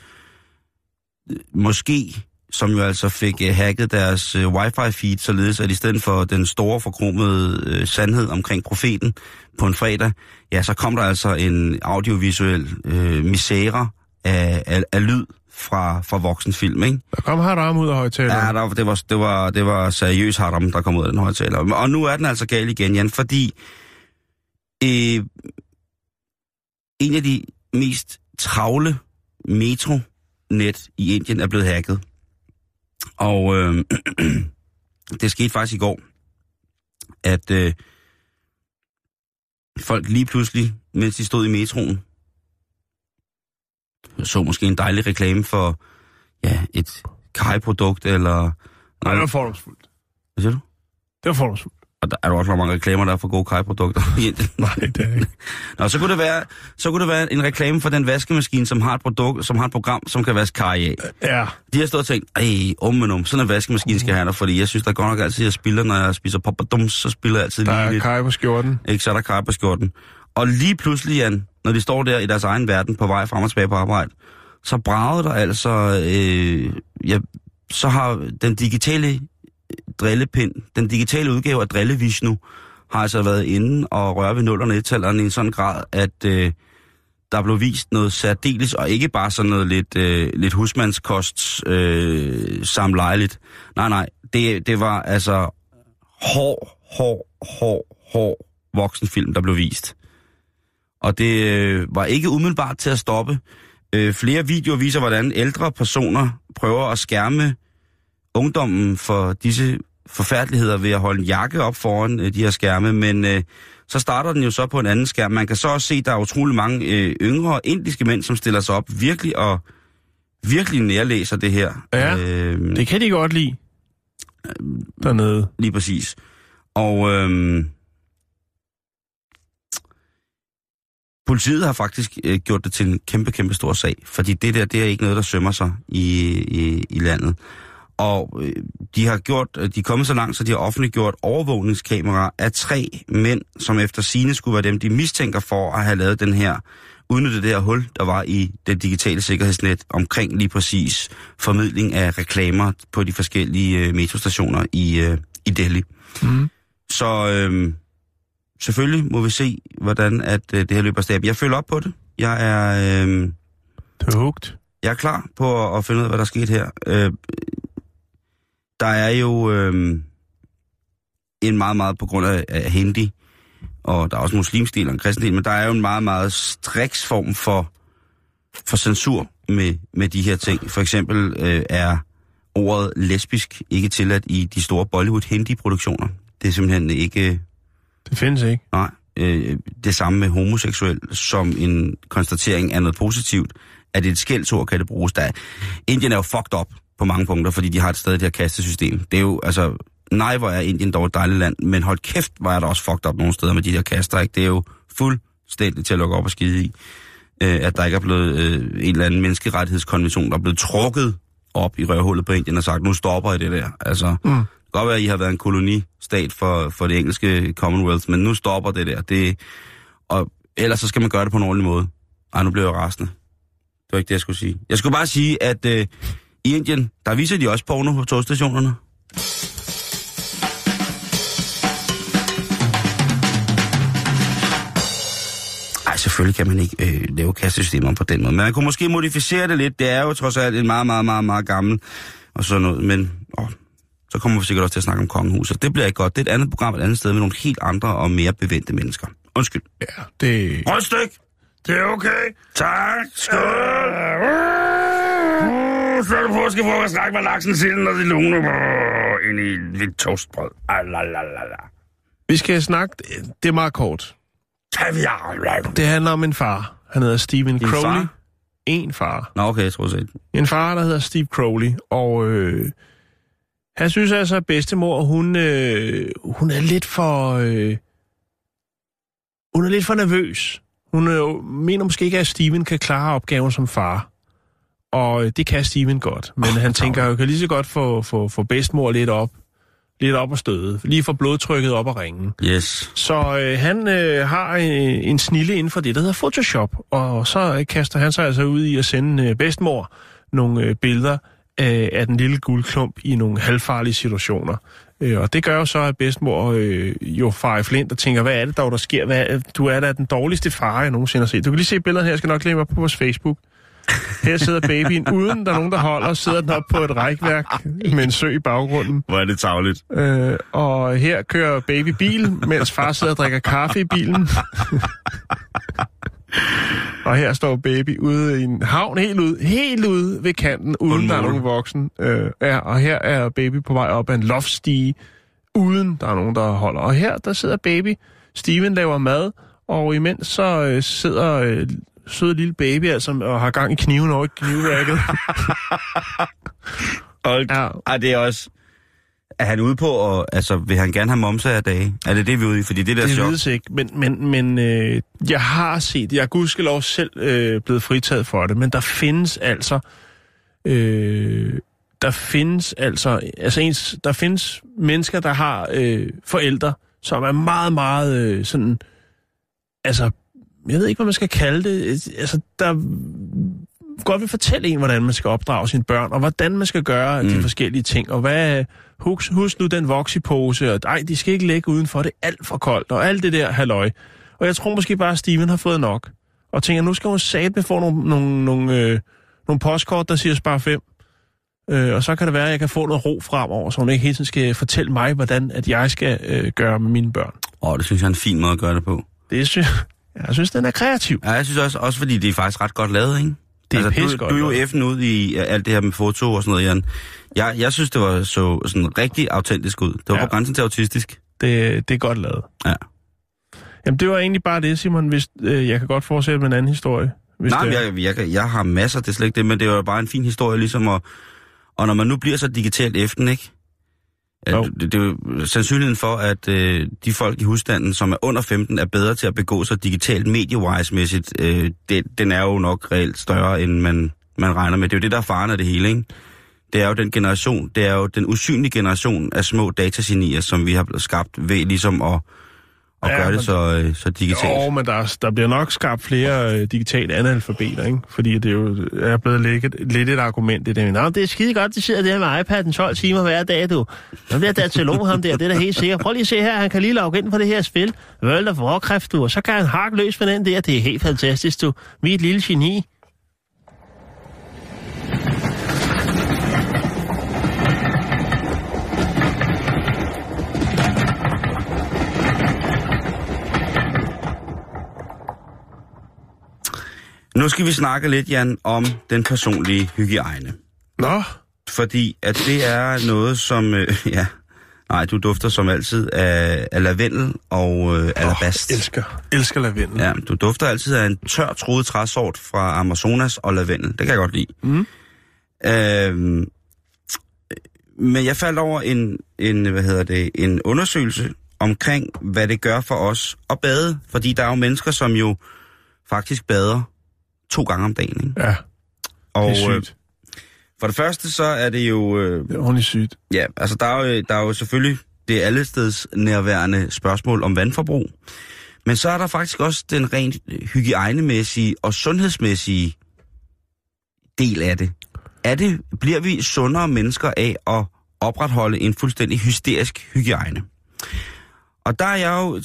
moské, som jo altså fik hacket deres wifi-feed, således at i stedet for den store forkromede sandhed omkring profeten på en fredag, ja, så kom der altså en audiovisuel misære af lyd fra voksenfilm, ikke? Der kom haram ud af højtaleren. Ja, det var seriøs haram, der kom ud af den højtaler. Og nu er den altså gal igen, Jan, fordi en af de mest travle metronet i Indien er blevet hacket. Og det skete faktisk i går, at folk lige pludselig, mens de stod i metroen, så måske en dejlig reklame for et kajprodukt, eller... Nej, det var fordomsfuldt. Hvad siger du? Det var fordomsfuldt. Og der er jo også mange reklamer, der er for gode kajprodukter. Nej, det er ikke. Nå, så kunne det være en reklame for den vaskemaskine, som har et produkt, som har et program, som kan vaske kaj af. Ja. De har stået og tænkt, sådan en vaskemaskine skal jeg have der, fordi jeg synes, der godt nok altid, jeg spilder, når jeg spiser poppadums, så spiller jeg altid lige lidt. Der er kaj på skjorten. Ikke, så er der kaj på skjorten. Og lige pludselig, Jan, når de står der i deres egen verden på vej frem og tilbage på arbejde, så bragede der altså, så har den digitale drillepind, den digitale udgave af Drillevishnu, har altså været inde og røre ved 0'erne og 1-tallerne i en sådan grad, at der blev vist noget særdeles, og ikke bare sådan noget lidt husmandskost samlejeligt. Nej, det var altså hård voksenfilm, der blev vist. Og det var ikke umiddelbart til at stoppe. Flere videoer viser, hvordan ældre personer prøver at skærme ungdommen for disse forfærdeligheder ved at holde en jakke op foran de her skærme, men så starter den jo så på en anden skærm. Man kan så også se, at der er utrolig mange yngre indiske mænd, som stiller sig op virkelig nærlæser det her. Ja, det kan de godt lide. Dernede. Lige præcis. Og politiet har faktisk gjort det til en kæmpe stor sag, fordi det er ikke noget, der sømmer sig i landet. Og de er kommet så langt, så de har offentliggjort overvågningskameraer af 3 mænd, som efter sigende skulle være dem, de mistænker for at have lavet den her, udnyttet det her hul, der var i det digitale sikkerhedsnet omkring lige præcis formidling af reklamer på de forskellige metrostationer i Delhi. Mm. Så selvfølgelig må vi se, hvordan at det her løber af stab. Jeg følger op på det. Jeg er... Du er hugt. Jeg er klar på at finde ud af, hvad der er sket her. Der er jo en meget, meget på grund af hindi, og der er også muslimsk del og en kristen del, men der er jo en meget, meget striks form for censur med de her ting. For eksempel er ordet lesbisk ikke tilladt i de store Bollywood-hindi-produktioner. Det er simpelthen ikke... Det findes ikke. Nej. Det samme med homoseksuel, som en konstatering af noget positivt, at et skældsord kan det bruges. Indien er jo fucked up på mange punkter, fordi de har stadig det her kastesystem. Det er jo, altså, nej, hvor er Indien dog et dejligt land, men hold kæft, hvor er der også fucked up nogle steder med de der kaster, ikke? Det er jo fuldstændig til at lukke op og skide i, at der ikke er blevet en eller anden menneskerettighedskonvention, der er blevet trukket op i røvhullet på Indien og sagt, nu stopper I det der. Altså, det kan godt være, at I har været en kolonistat for det engelske Commonwealth, men nu stopper det der. Og ellers så skal man gøre det på en ordentlig måde. Ej, nu bliver jeg rasende. Det var ikke det, jeg skulle sige. Jeg skulle bare sige, at i Indien, der viser de også porno på togstationerne. Ej, selvfølgelig kan man ikke lave kastesystemer på den måde. Men man kunne måske modificere det lidt. Det er jo trods alt en meget, meget, meget, meget gammel og sådan noget. Men så kommer vi sikkert også til at snakke om kongehuset. Det bliver ikke godt. Det er et andet program et andet sted med nogle helt andre og mere bevendte mennesker. Undskyld. Ja, det... Rødstyk! Det er okay. Tak. Skål. Så er det påskefrokost. Snak med laksen, silden og de lune ind i lidt toastbrød. Vi skal snakke... Det er meget kort. Det handler om en far. Han hedder Stephen Crowley. En far. Nå, okay, jeg tror det. En far, der hedder Steve Crowley. Og han synes altså, at bedstemor, hun er lidt for... hun er lidt for nervøs. Hun mener måske ikke, at Steven kan klare opgaven som far. Og det kan Steven godt. Men han tænker, at jeg kan lige så godt få bedstemor lidt op og støde. Lige få blodtrykket op og ringe. Yes. Så han har en snille inden for det, der hedder Photoshop. Og så kaster han sig altså ud i at sende bedstemor nogle billeder af den lille guldklump i nogle halvfarlige situationer. Og det gør jo så, at bedstemor jo farer i flint og tænker, hvad er det dog, der sker? Du er da den dårligste far, jeg nogensinde har set. Du kan lige se billederne her, jeg skal nok lægge mig på vores Facebook. Her sidder babyen, uden der er nogen, der holder, sidder den op på et rækværk med en sø i baggrunden. Hvor er det tarveligt. Og her kører baby bil, mens far sidder og drikker kaffe i bilen. Og her står baby ude i en havn, helt ude ved kanten, uden der er nogen voksen. Og her er baby på vej op ad en loftstige, uden der er nogen, der holder. Og her, der sidder baby. Steven laver mad, og imens så sidder søde lille baby altså, og har gang i kniven over i knivværket. Og det er også... Er han ude på, altså vil han gerne have momser af dage? Er det vi er ude i? Fordi det der chok... Det ikke, men jeg har set, jeg er gudskelov selv blevet fritaget for det, men der findes altså, der findes mennesker, der har forældre, som er meget, meget sådan, altså, jeg ved ikke, hvad man skal kalde det, altså, der godt vil fortælle en, hvordan man skal opdrage sine børn, og hvordan man skal gøre de forskellige ting, og hvad... Husk nu den voksipose, og ej, de skal ikke ligge udenfor, det er alt for koldt, og alt det der halløj. Og jeg tror måske bare, at Steven har fået nok, og tænker, nu skal hun satme få nogle postkort, der siger spar 5. Og så kan det være, at jeg kan få noget ro fremover, så hun ikke hele tiden skal fortælle mig, hvordan at jeg skal gøre med mine børn. Det synes jeg er en fin måde at gøre det på. Jeg synes, den er kreativ. Ja, jeg synes også fordi det er faktisk ret godt lavet, ikke? Det er altså, du er jo F'en ud i alt det her med foto og sådan noget, Jan. Jeg synes, det var så sådan rigtig autentisk ud. Det var på grænsen til autistisk. Det er godt lavet. Ja. Jamen, det var egentlig bare det, Simon. Hvis, jeg kan godt fortsætte med en anden historie. Jeg har masser, det er slet ikke det, men det var bare en fin historie, ligesom. Og når man nu bliver så digitalt F'en, ikke? Det er jo sandsynligheden for, at de folk i husstanden, som er under 15, er bedre til at begå sig digitalt medie-wise-mæssigt. Den er jo nok reelt større, end man regner med. Det er jo det, der er faren af det hele, ikke? Det er jo den generation, det er jo den usynlige generation af små datagenier, som vi har skabt ved ligesom at gøre det så digitalt. Jo, men der bliver nok skabt flere digitale analfabeter, ikke? Fordi det er blevet lidt et argument i det. Nå, det er skide godt, de sidder der med iPad'en 12 timer hver dag, du. Nå, det er datalog ham der, det er da helt sikkert. Prøv lige at se her, han kan lige logge ind på det her spil. World of Warcraft, du. Og så kan han hakke løs med den der. Det er helt fantastisk, du. Vi er et lille geni. Nu skal vi snakke lidt, Jan, om den personlige hygiejne. Nå? Fordi at det er noget, som... du dufter som altid af lavendel og alabast. Elsker lavendel. Ja, du dufter altid af en tør troet træsort fra Amazonas og lavendel. Det kan jeg godt lide. Mm. Men jeg faldt over en undersøgelse omkring, hvad det gør for os at bade. Fordi der er jo mennesker, som jo faktisk bader 2 gange om dagen. Ikke? Ja, og, det er sygt. For det første, så er det jo... det er ordentligt sygt. Ja, altså der er jo selvfølgelig det allesteds nærværende spørgsmål om vandforbrug. Men så er der faktisk også den rent hygiejnemæssige og sundhedsmæssige del af det. Bliver vi sundere mennesker af at opretholde en fuldstændig hysterisk hygiejne? Og der er jeg jo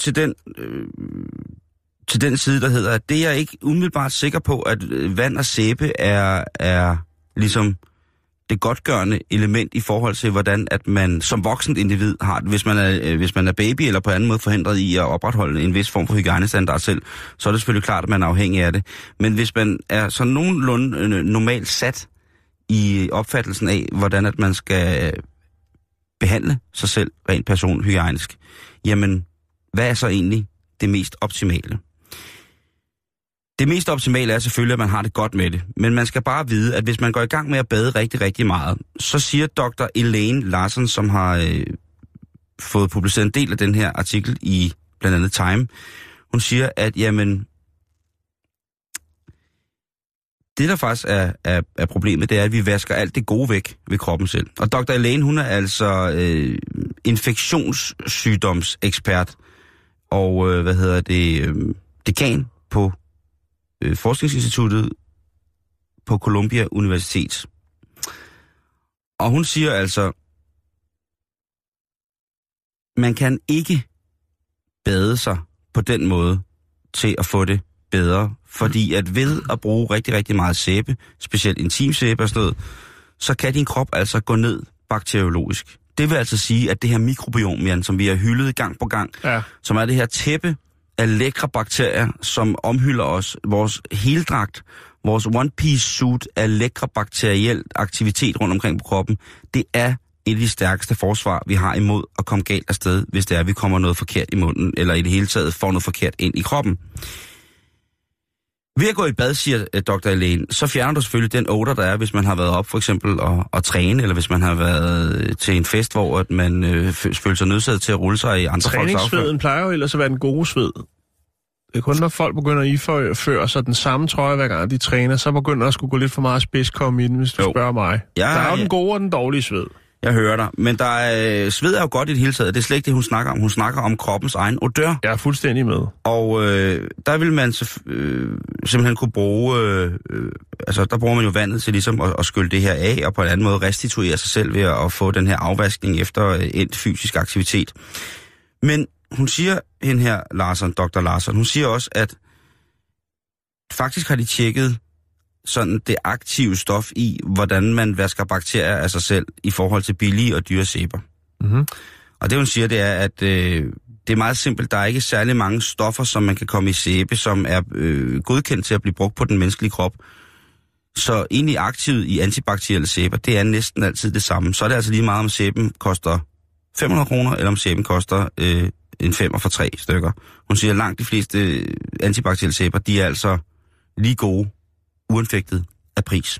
til den side, der hedder, at det er jeg ikke umiddelbart sikker på, at vand og sæbe er ligesom det godtgørende element i forhold til, hvordan at man som voksent individ har det. Hvis man er baby eller på anden måde forhindret i at opretholde en vis form for hygiejnestandard selv, så er det selvfølgelig klart, at man er afhængig af det. Men hvis man er sådan nogenlunde normalt sat i opfattelsen af, hvordan at man skal behandle sig selv rent personhygiejnisk, jamen, hvad er så egentlig det mest optimale? Det mest optimale er selvfølgelig, at man har det godt med det. Men man skal bare vide, at hvis man går i gang med at bade rigtig, rigtig meget, så siger Dr. Elaine Larson, som har fået publiceret en del af den her artikel i blandt andet Time, hun siger, at jamen, det der faktisk er problemet, det er, at vi vasker alt det gode væk ved kroppen selv. Og Dr. Elaine, hun er altså infektionssygdomsekspert og, dekan på Forskningsinstituttet på Columbia Universitet. Og hun siger altså, man kan ikke bade sig på den måde til at få det bedre, fordi at ved at bruge rigtig, rigtig meget sæbe, specielt intimsæbe og sådan noget, så kan din krop altså gå ned bakteriologisk. Det vil altså sige, at det her mikrobiom, Jan, som vi har hyldet gang på gang, som er det her tæppe af lækre bakterier, som omhylder os, vores heldragt, vores one piece suit af lækre bakteriel aktivitet rundt omkring på kroppen, det er et af de stærkeste forsvar, vi har imod at komme galt afsted, hvis det er, at vi kommer noget forkert i munden, eller i det hele taget får noget forkert ind i kroppen. Ved at gå i bad, siger Dr. Elaine, så fjerner du selvfølgelig den odor, der er, hvis man har været op for eksempel og træne, eller hvis man har været til en fest, hvor at man føler sig nødsaget til at rulle sig i andre folks affald. Træningssveden plejer jo ellers at være den gode sved. Det er kun, når folk begynder at iføre sig den samme trøje, hver gang de træner, så begynder der at skulle gå lidt for meget spidskomme i den, hvis du spørger mig. Der er jo den gode og den dårlige sved. Jeg hører dig. Men sved er jo godt i det hele taget. Det er slet ikke det, hun snakker om. Hun snakker om kroppens egen odør. Jeg er fuldstændig med. Og der vil man simpelthen kunne bruge... der bruger man jo vandet til ligesom at skylle det her af, og på en anden måde restituere sig selv ved at få den her afvaskning efter endt fysisk aktivitet. Men hun siger, hende her, Dr. Larson, hun siger også, at faktisk har de tjekket sådan det aktive stof i, hvordan man vasker bakterier af sig selv i forhold til billige og dyre sæber. Mm-hmm. Og det hun siger, det er, at det er meget simpelt. Der er ikke særlig mange stoffer, som man kan komme i sæbe, som er godkendt til at blive brugt på den menneskelige krop. Så egentlig aktivet i antibakterielle sæber, det er næsten altid det samme. Så er det altså lige meget, om sæben koster 500 kroner, eller om sæben koster en 5 for 3 stykker. Hun siger, at langt de fleste antibakterielle sæber, de er altså lige gode, uanfægtet af pris.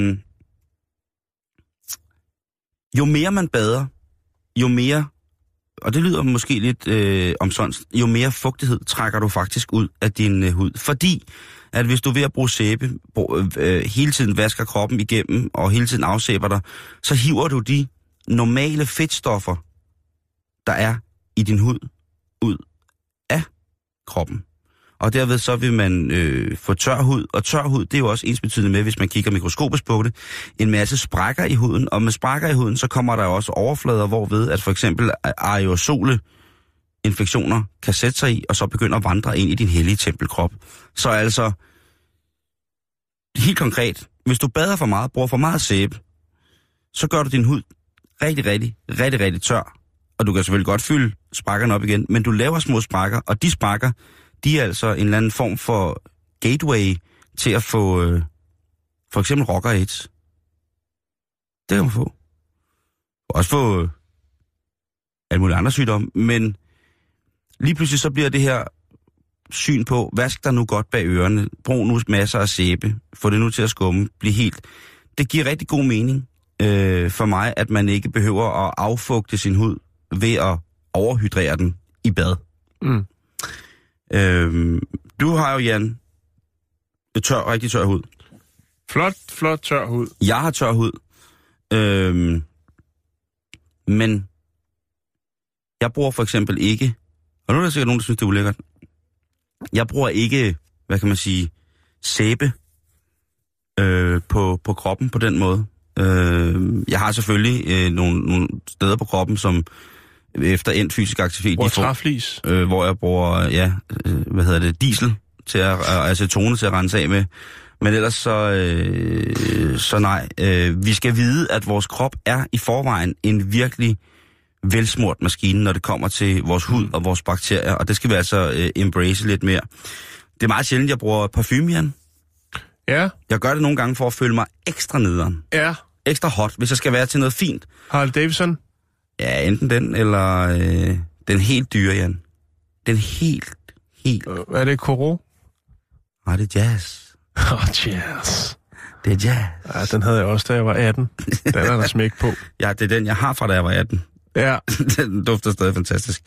Jo mere man bader, jo mere og det lyder måske lidt omsonst, jo mere fugtighed trækker du faktisk ud af din hud. Fordi, at hvis du er ved at bruge sæbe, hele tiden vasker kroppen igennem, og hele tiden afsæber dig, så hiver du de normale fedtstoffer, der er i din hud, ud af kroppen. Og derved så vil man få tør hud, og tør hud, det er jo også ensbetydende med, hvis man kigger mikroskopisk på det, en masse sprækker i huden, og med sprækker i huden, så kommer der også overflader, hvorved at for eksempel aerosole-infektioner kan sætte sig i, og så begynder at vandre ind i din hellige tempelkrop. Så altså, helt konkret, hvis du bader for meget, bruger for meget sæbe, så gør du din hud rigtig tør, og du kan selvfølgelig godt fylde sprækkerne op igen, men du laver små sprækker, og de sprækker, de er altså en eller anden form for gateway til at få for eksempel rocker AIDS. Det kan man få. Også få alle mulige andre sygdomme, men lige pludselig så bliver det her syn på, vask dig nu godt bag ørerne, brug nu masser af sæbe, få det nu til at skumme, blive helt. Det giver rigtig god mening for mig, at man ikke behøver at affugte sin hud ved at overhydrere den i bad. Mm. Du har jo, Jan, rigtig tør hud. Flot tør hud. Jeg har tør hud. Men jeg bruger for eksempel ikke, og nu er der sikkert nogen, der synes, det er ulækkert. Jeg bruger ikke, hvad kan man sige, sæbe på kroppen på den måde. Jeg har selvfølgelig nogle steder på kroppen, som efter endt fysisk aktivitet... hvor jeg bruger, diesel til at, acetone til at rense af med. Men ellers så nej. Vi skal vide, at vores krop er i forvejen en virkelig velsmurt maskine, når det kommer til vores hud og vores bakterier, og det skal vi altså embrace lidt mere. Det er meget sjældent, jeg bruger parfume, Jan. Ja. Jeg gør det nogle gange for at føle mig ekstra nederen. Ja. Ekstra hot, hvis jeg skal være til noget fint. Harley Davidson? Ja, enten den, eller den helt dyre, Jan. Den helt... Er det Koro? Nej, det er jazz. Jazz. Det er jazz. Ja, den havde jeg også, da jeg var 18. Den er der smæk på. Ja, det er den, jeg har fra, da jeg var 18. Ja. Den dufter stadig fantastisk.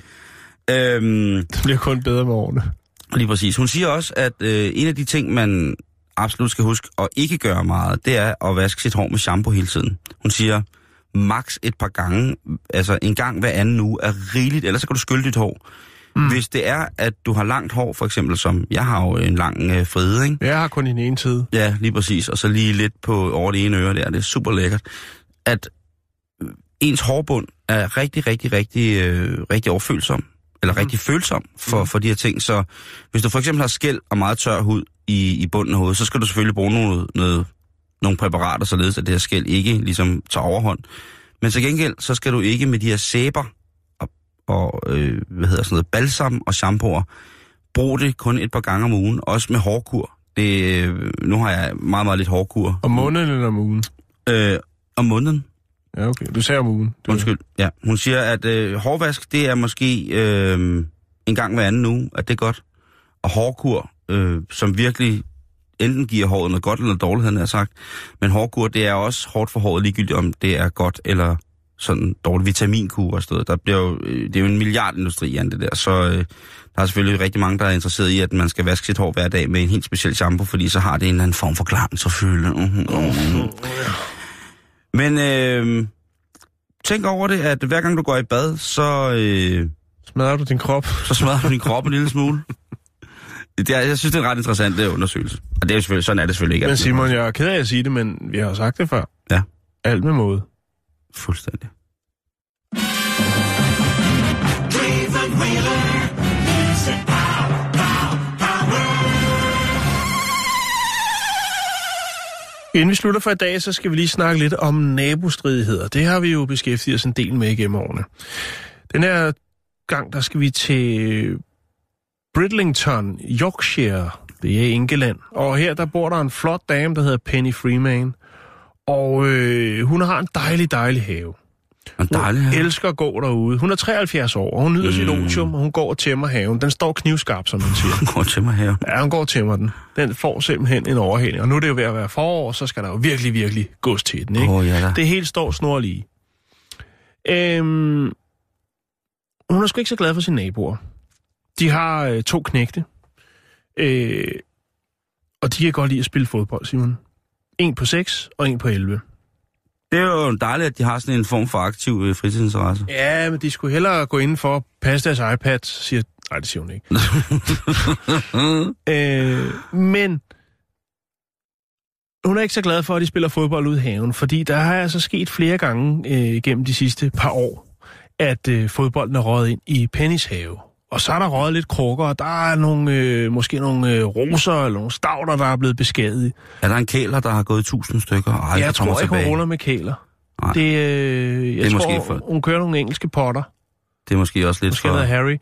Det bliver kun bedre med årene. Lige præcis. Hun siger også, at en af de ting, man absolut skal huske at ikke gøre meget, det er at vaske sit hår med shampoo hele tiden. Hun siger, maks et par gange, altså en gang hver anden uge, er rigeligt, ellers så kan du skylle dit hår. Mm. Hvis det er, at du har langt hår, for eksempel som, jeg har jo en lang fride, ikke? Jeg har kun i den ene side. Ja, lige præcis, og så lige lidt på over det ene øre der, det er super lækkert. At ens hårbund er rigtig overfølsom, eller rigtig følsom for de her ting, så hvis du for eksempel har skæl og meget tør hud i bunden af hovedet, så skal du selvfølgelig bruge nogle præparater, således at det her skæl ikke ligesom tager overhånd. Men til gengæld, så skal du ikke med de her sæber og balsam og shampooer, brug det kun et par gange om ugen, også med hårkur. Nu har jeg meget lidt hårkur. Om måneden eller om ugen? Om måneden. Ja, okay. Du sagde om ugen. Undskyld. Ja, hun siger, at hårvask, det er måske en gang hver anden uge, at det er godt. Og hårkur, som virkelig enten giver håret noget godt eller noget dårligt, han har sagt. Men hårkur, det er også hårdt for håret, ligegyldigt om det er godt eller sådan dårlig vitaminkur og sådan noget. Det er jo en milliardindustri, Jan, det der. Så der er selvfølgelig rigtig mange, der er interesseret i, at man skal vaske sit hår hver dag med en helt speciel shampoo, fordi så har det en eller anden form for glans selvfølgelig. Men tænk over det, at hver gang du går i bad, så... smadrer du din krop? Så smadrer du din krop en lille smule. Jeg synes, det er en ret interessant undersøgelse. Og det er jo selvfølgelig, sådan er det selvfølgelig ikke. Men Simon, jeg er ked af at sige det, men vi har jo sagt det før. Ja. Alt med måde. Fuldstændig. Inden vi slutter for i dag, så skal vi lige snakke lidt om nabostridigheder. Det har vi jo beskæftiget os en del med igennem årene. Den her gang, der skal vi til Bridlington, Yorkshire. Det er i England. Og her, der bor der en flot dame, der hedder Penny Freeman. Og hun har en dejlig have. En dejlig have? Hun elsker at gå derude. Hun er 73 år, og hun nyder sit otium, og hun går og tæmmer haven. Den står knivskarp, som man siger. Hun går og tæmmer haven? Ja, hun går og tæmmer den. Den får simpelthen en overhældning. Og nu er det jo ved at være forår, så skal der jo virkelig gås til den, ikke? Ja, det hele står snorlige. hun er sgu ikke så glad for sine naboer. De har 2 knægte, og de kan godt lide at spille fodbold, Simon. 1 på 6 og 1 på 11. Det er jo dejligt, at de har sådan en form for aktiv fritidsinteresse. Ja, men de skulle hellere gå ind for at passe deres iPad, siger... Nej, det siger hun ikke. Men hun er ikke så glad for, at de spiller fodbold ude i haven, fordi der har altså sket flere gange gennem de sidste par år, at fodbolden er røget ind i Pennys have. Og så er der røget lidt krukker, og der er nogle, måske nogle roser eller nogle stavter, der er blevet beskadiget. Er der en kæler, der har gået 1000 stykker og aldrig jeg tror ikke, hun ruller med kæler. Nej. Jeg tror, hun kører nogle engelske potter. Det er måske også lidt måske for... Harry.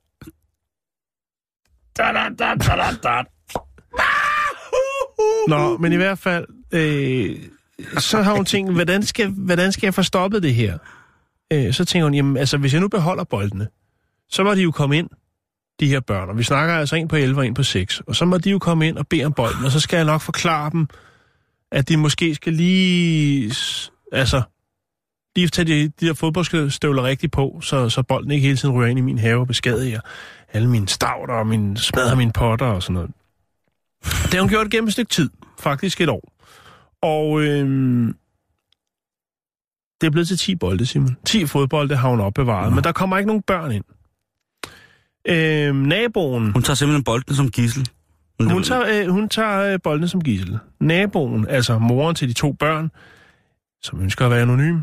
Nå, men i hvert fald, så har hun tænkt, hvordan skal jeg få stoppet det her? Så tænker hun, jamen, altså, hvis jeg nu beholder boldene, så må de jo komme ind, de her børn. Og vi snakker altså 1 på 11 og 1 på 6. Og så må de jo komme ind og bede om bolden, og så skal jeg nok forklare dem, at de måske skal lige tage de der fodboldstøvler rigtigt på, så bolden ikke hele tiden ryger ind i min have og beskadiger alle mine stavter og smadrer mine potter og sådan noget. Det har hun gjort gennem et stykke tid, faktisk 1 år. Og det er blevet til 10 bolde, Simon. 10 fodbolde har hun opbevaret, men der kommer ikke nogen børn ind. Naboen... Hun tager simpelthen boldene som gidsel. Hun tager boldene som gidsel. Naboen, altså moren til de 2 børn, som ønsker at være anonym,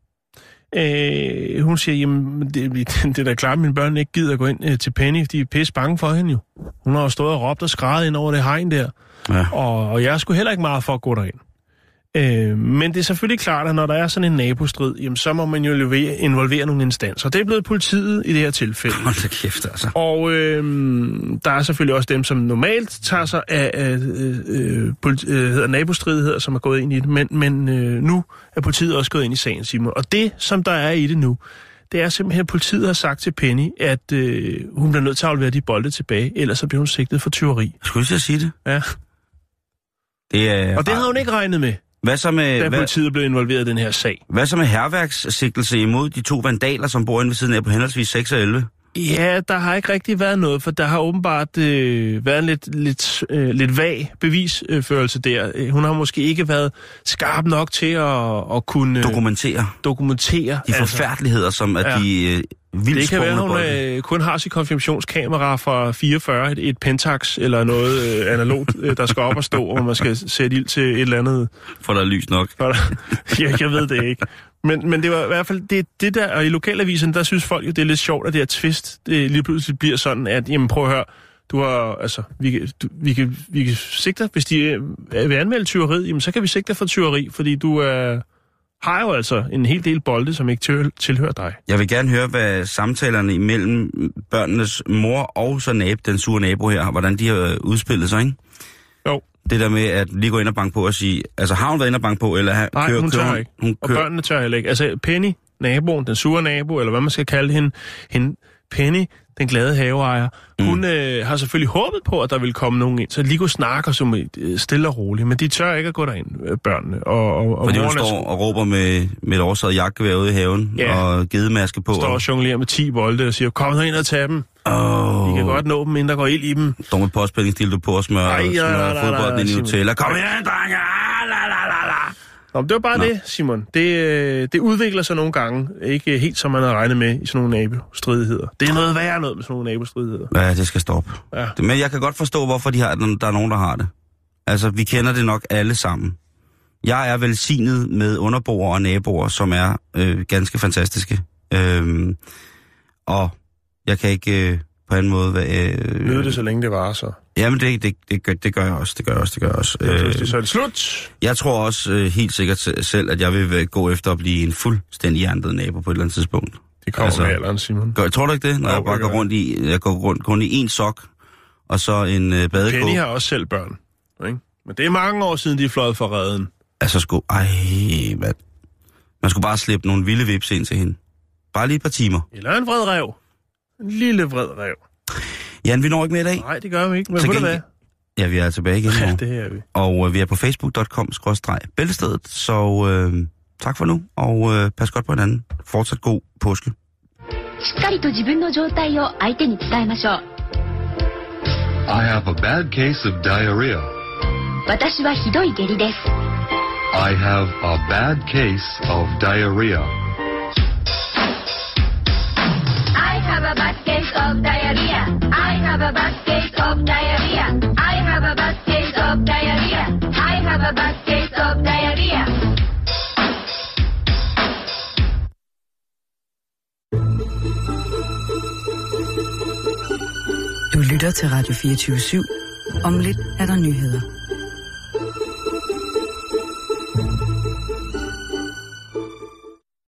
hun siger, jamen, det er da klart, at mine børn ikke gider at gå ind til Penny, de er pisse bange for hende jo. Hun har jo stået og råbt og skrædet ind over det hegn der, ja. Og jeg er sgu heller ikke meget for at gå derind. Men det er selvfølgelig klart, at når der er sådan en nabostrid, jamen, så må man jo involvere nogle instanser. Det er blevet politiet i det her tilfælde. Hold da kæft, altså. Og der er selvfølgelig også dem, som normalt tager sig af nabostridigheder, som er gået ind i det. Men nu er politiet også gået ind i sagen, Simon. Og det, som der er i det nu, det er simpelthen, at politiet har sagt til Penny, at hun bliver nødt til at aflevere de bolde tilbage, ellers så bliver hun sigtet for tyveri. Skulle jeg sige det? Ja. Og det havde hun ikke regnet med. Hvad så med, da politiet blev involveret i den her sag. Hvad så med hærværkssigtelse imod de 2 vandaler, som bor inde ved siden af på henholdsvis 6 og 11? Ja, der har ikke rigtig været noget, for der har åbenbart været en lidt vag bevisførelse der. Hun har måske ikke været skarp nok til at kunne... Dokumentere. De forfærdeligheder, som at de vildt sprungne bolde. Det kan være, hun kun har sit konfirmationskamera fra 44, et Pentax eller noget analogt, der skal op og stå, hvor man skal sætte ild til et eller andet... For der er lys nok. Jeg ved det ikke. Men det var i hvert fald det der, og i lokalaviserne, der synes folk jo, det er lidt sjovt, at det her twist, det lige pludselig bliver sådan, at, jamen prøv at høre, du har, altså, vi kan sigte dig, hvis de vil anmelde tyveriet, jamen så kan vi sigte dig for tyveri, fordi du har jo altså en hel del bolde, som ikke tilhører dig. Jeg vil gerne høre, hvad samtalerne imellem børnenes mor og så den sure nabo her, hvordan de har udspillet sig, ikke? Jo. Det der med at lige gå ind og banke på og sige, altså har hun været ind og banke på, eller nej, hun tør ikke. Og børnene tør heller ikke. Altså Penny, naboen, den sure nabo, eller hvad man skal kalde hende Penny, den glade haveejer, hun har selvfølgelig håbet på, at der ville komme nogen ind, så lige kunne snakke som stille og roligt, men de tør ikke at gå derind, børnene. Fordi hun står og råber med et oversaget jagtgevær ude i haven, ja, og gedemaske på. Står og jonglerer med 10 bolde og siger, kom nu ind og tag dem. Vi kan godt nå dem, inden der går ild i dem. Står med påspændingsdildo på og smører fodbolden ind i hoteller. Kom igen, drenge! Nå, det var bare det, Simon. Det udvikler sig nogle gange. Ikke helt, som man havde regnet med i sådan nogle nabostridigheder. Det er noget værre noget med sådan nogle nabostridigheder. Ja, det skal stoppe. Ja. Men jeg kan godt forstå, hvorfor der er nogen, der har det. Altså, vi kender det nok alle sammen. Jeg er velsignet med underboer og naboer, som er ganske fantastiske. Og jeg kan ikke på en måde... Nyde det, så længe det var, så... Jamen, det gør jeg også. Så er det slut. Jeg tror også helt sikkert selv, at jeg vil gå efter at blive en fuldstændig hjernet nabo på et eller andet tidspunkt. Det kommer med alderen, Simon. Tror du ikke det? Når jeg bare går rundt kun i en sok, og så en badekåbe. Penny har også selv børn, ikke? Men det er mange år siden, de er fløjet fra redden. Altså, man skulle bare slippe nogle vilde vips ind til hende. Bare lige et par timer. Eller en vred ræv. En lille vred ræv. Jan, vi når ikke med i dag. Nej, det gør vi ikke. Men ved du hvad? Ja, vi er tilbage igen. Ja, det er vi. Og vi er på facebook.com/bæltestedet. Så tak for nu, og pas godt på hinanden. Fortsat god påske. しっかりと自分の状態を相手に伝えましょう。 I have a bad case of diarrhea. 私はひどい下痢です。 I have a bad case of diarrhea. I have a bad case of diarrhea. I have a bad case of diarrhea. I have a bad case of diarrhea. I have a bad case of diarrhea. Du lytter til Radio 24/7. Om lidt er der nyheder.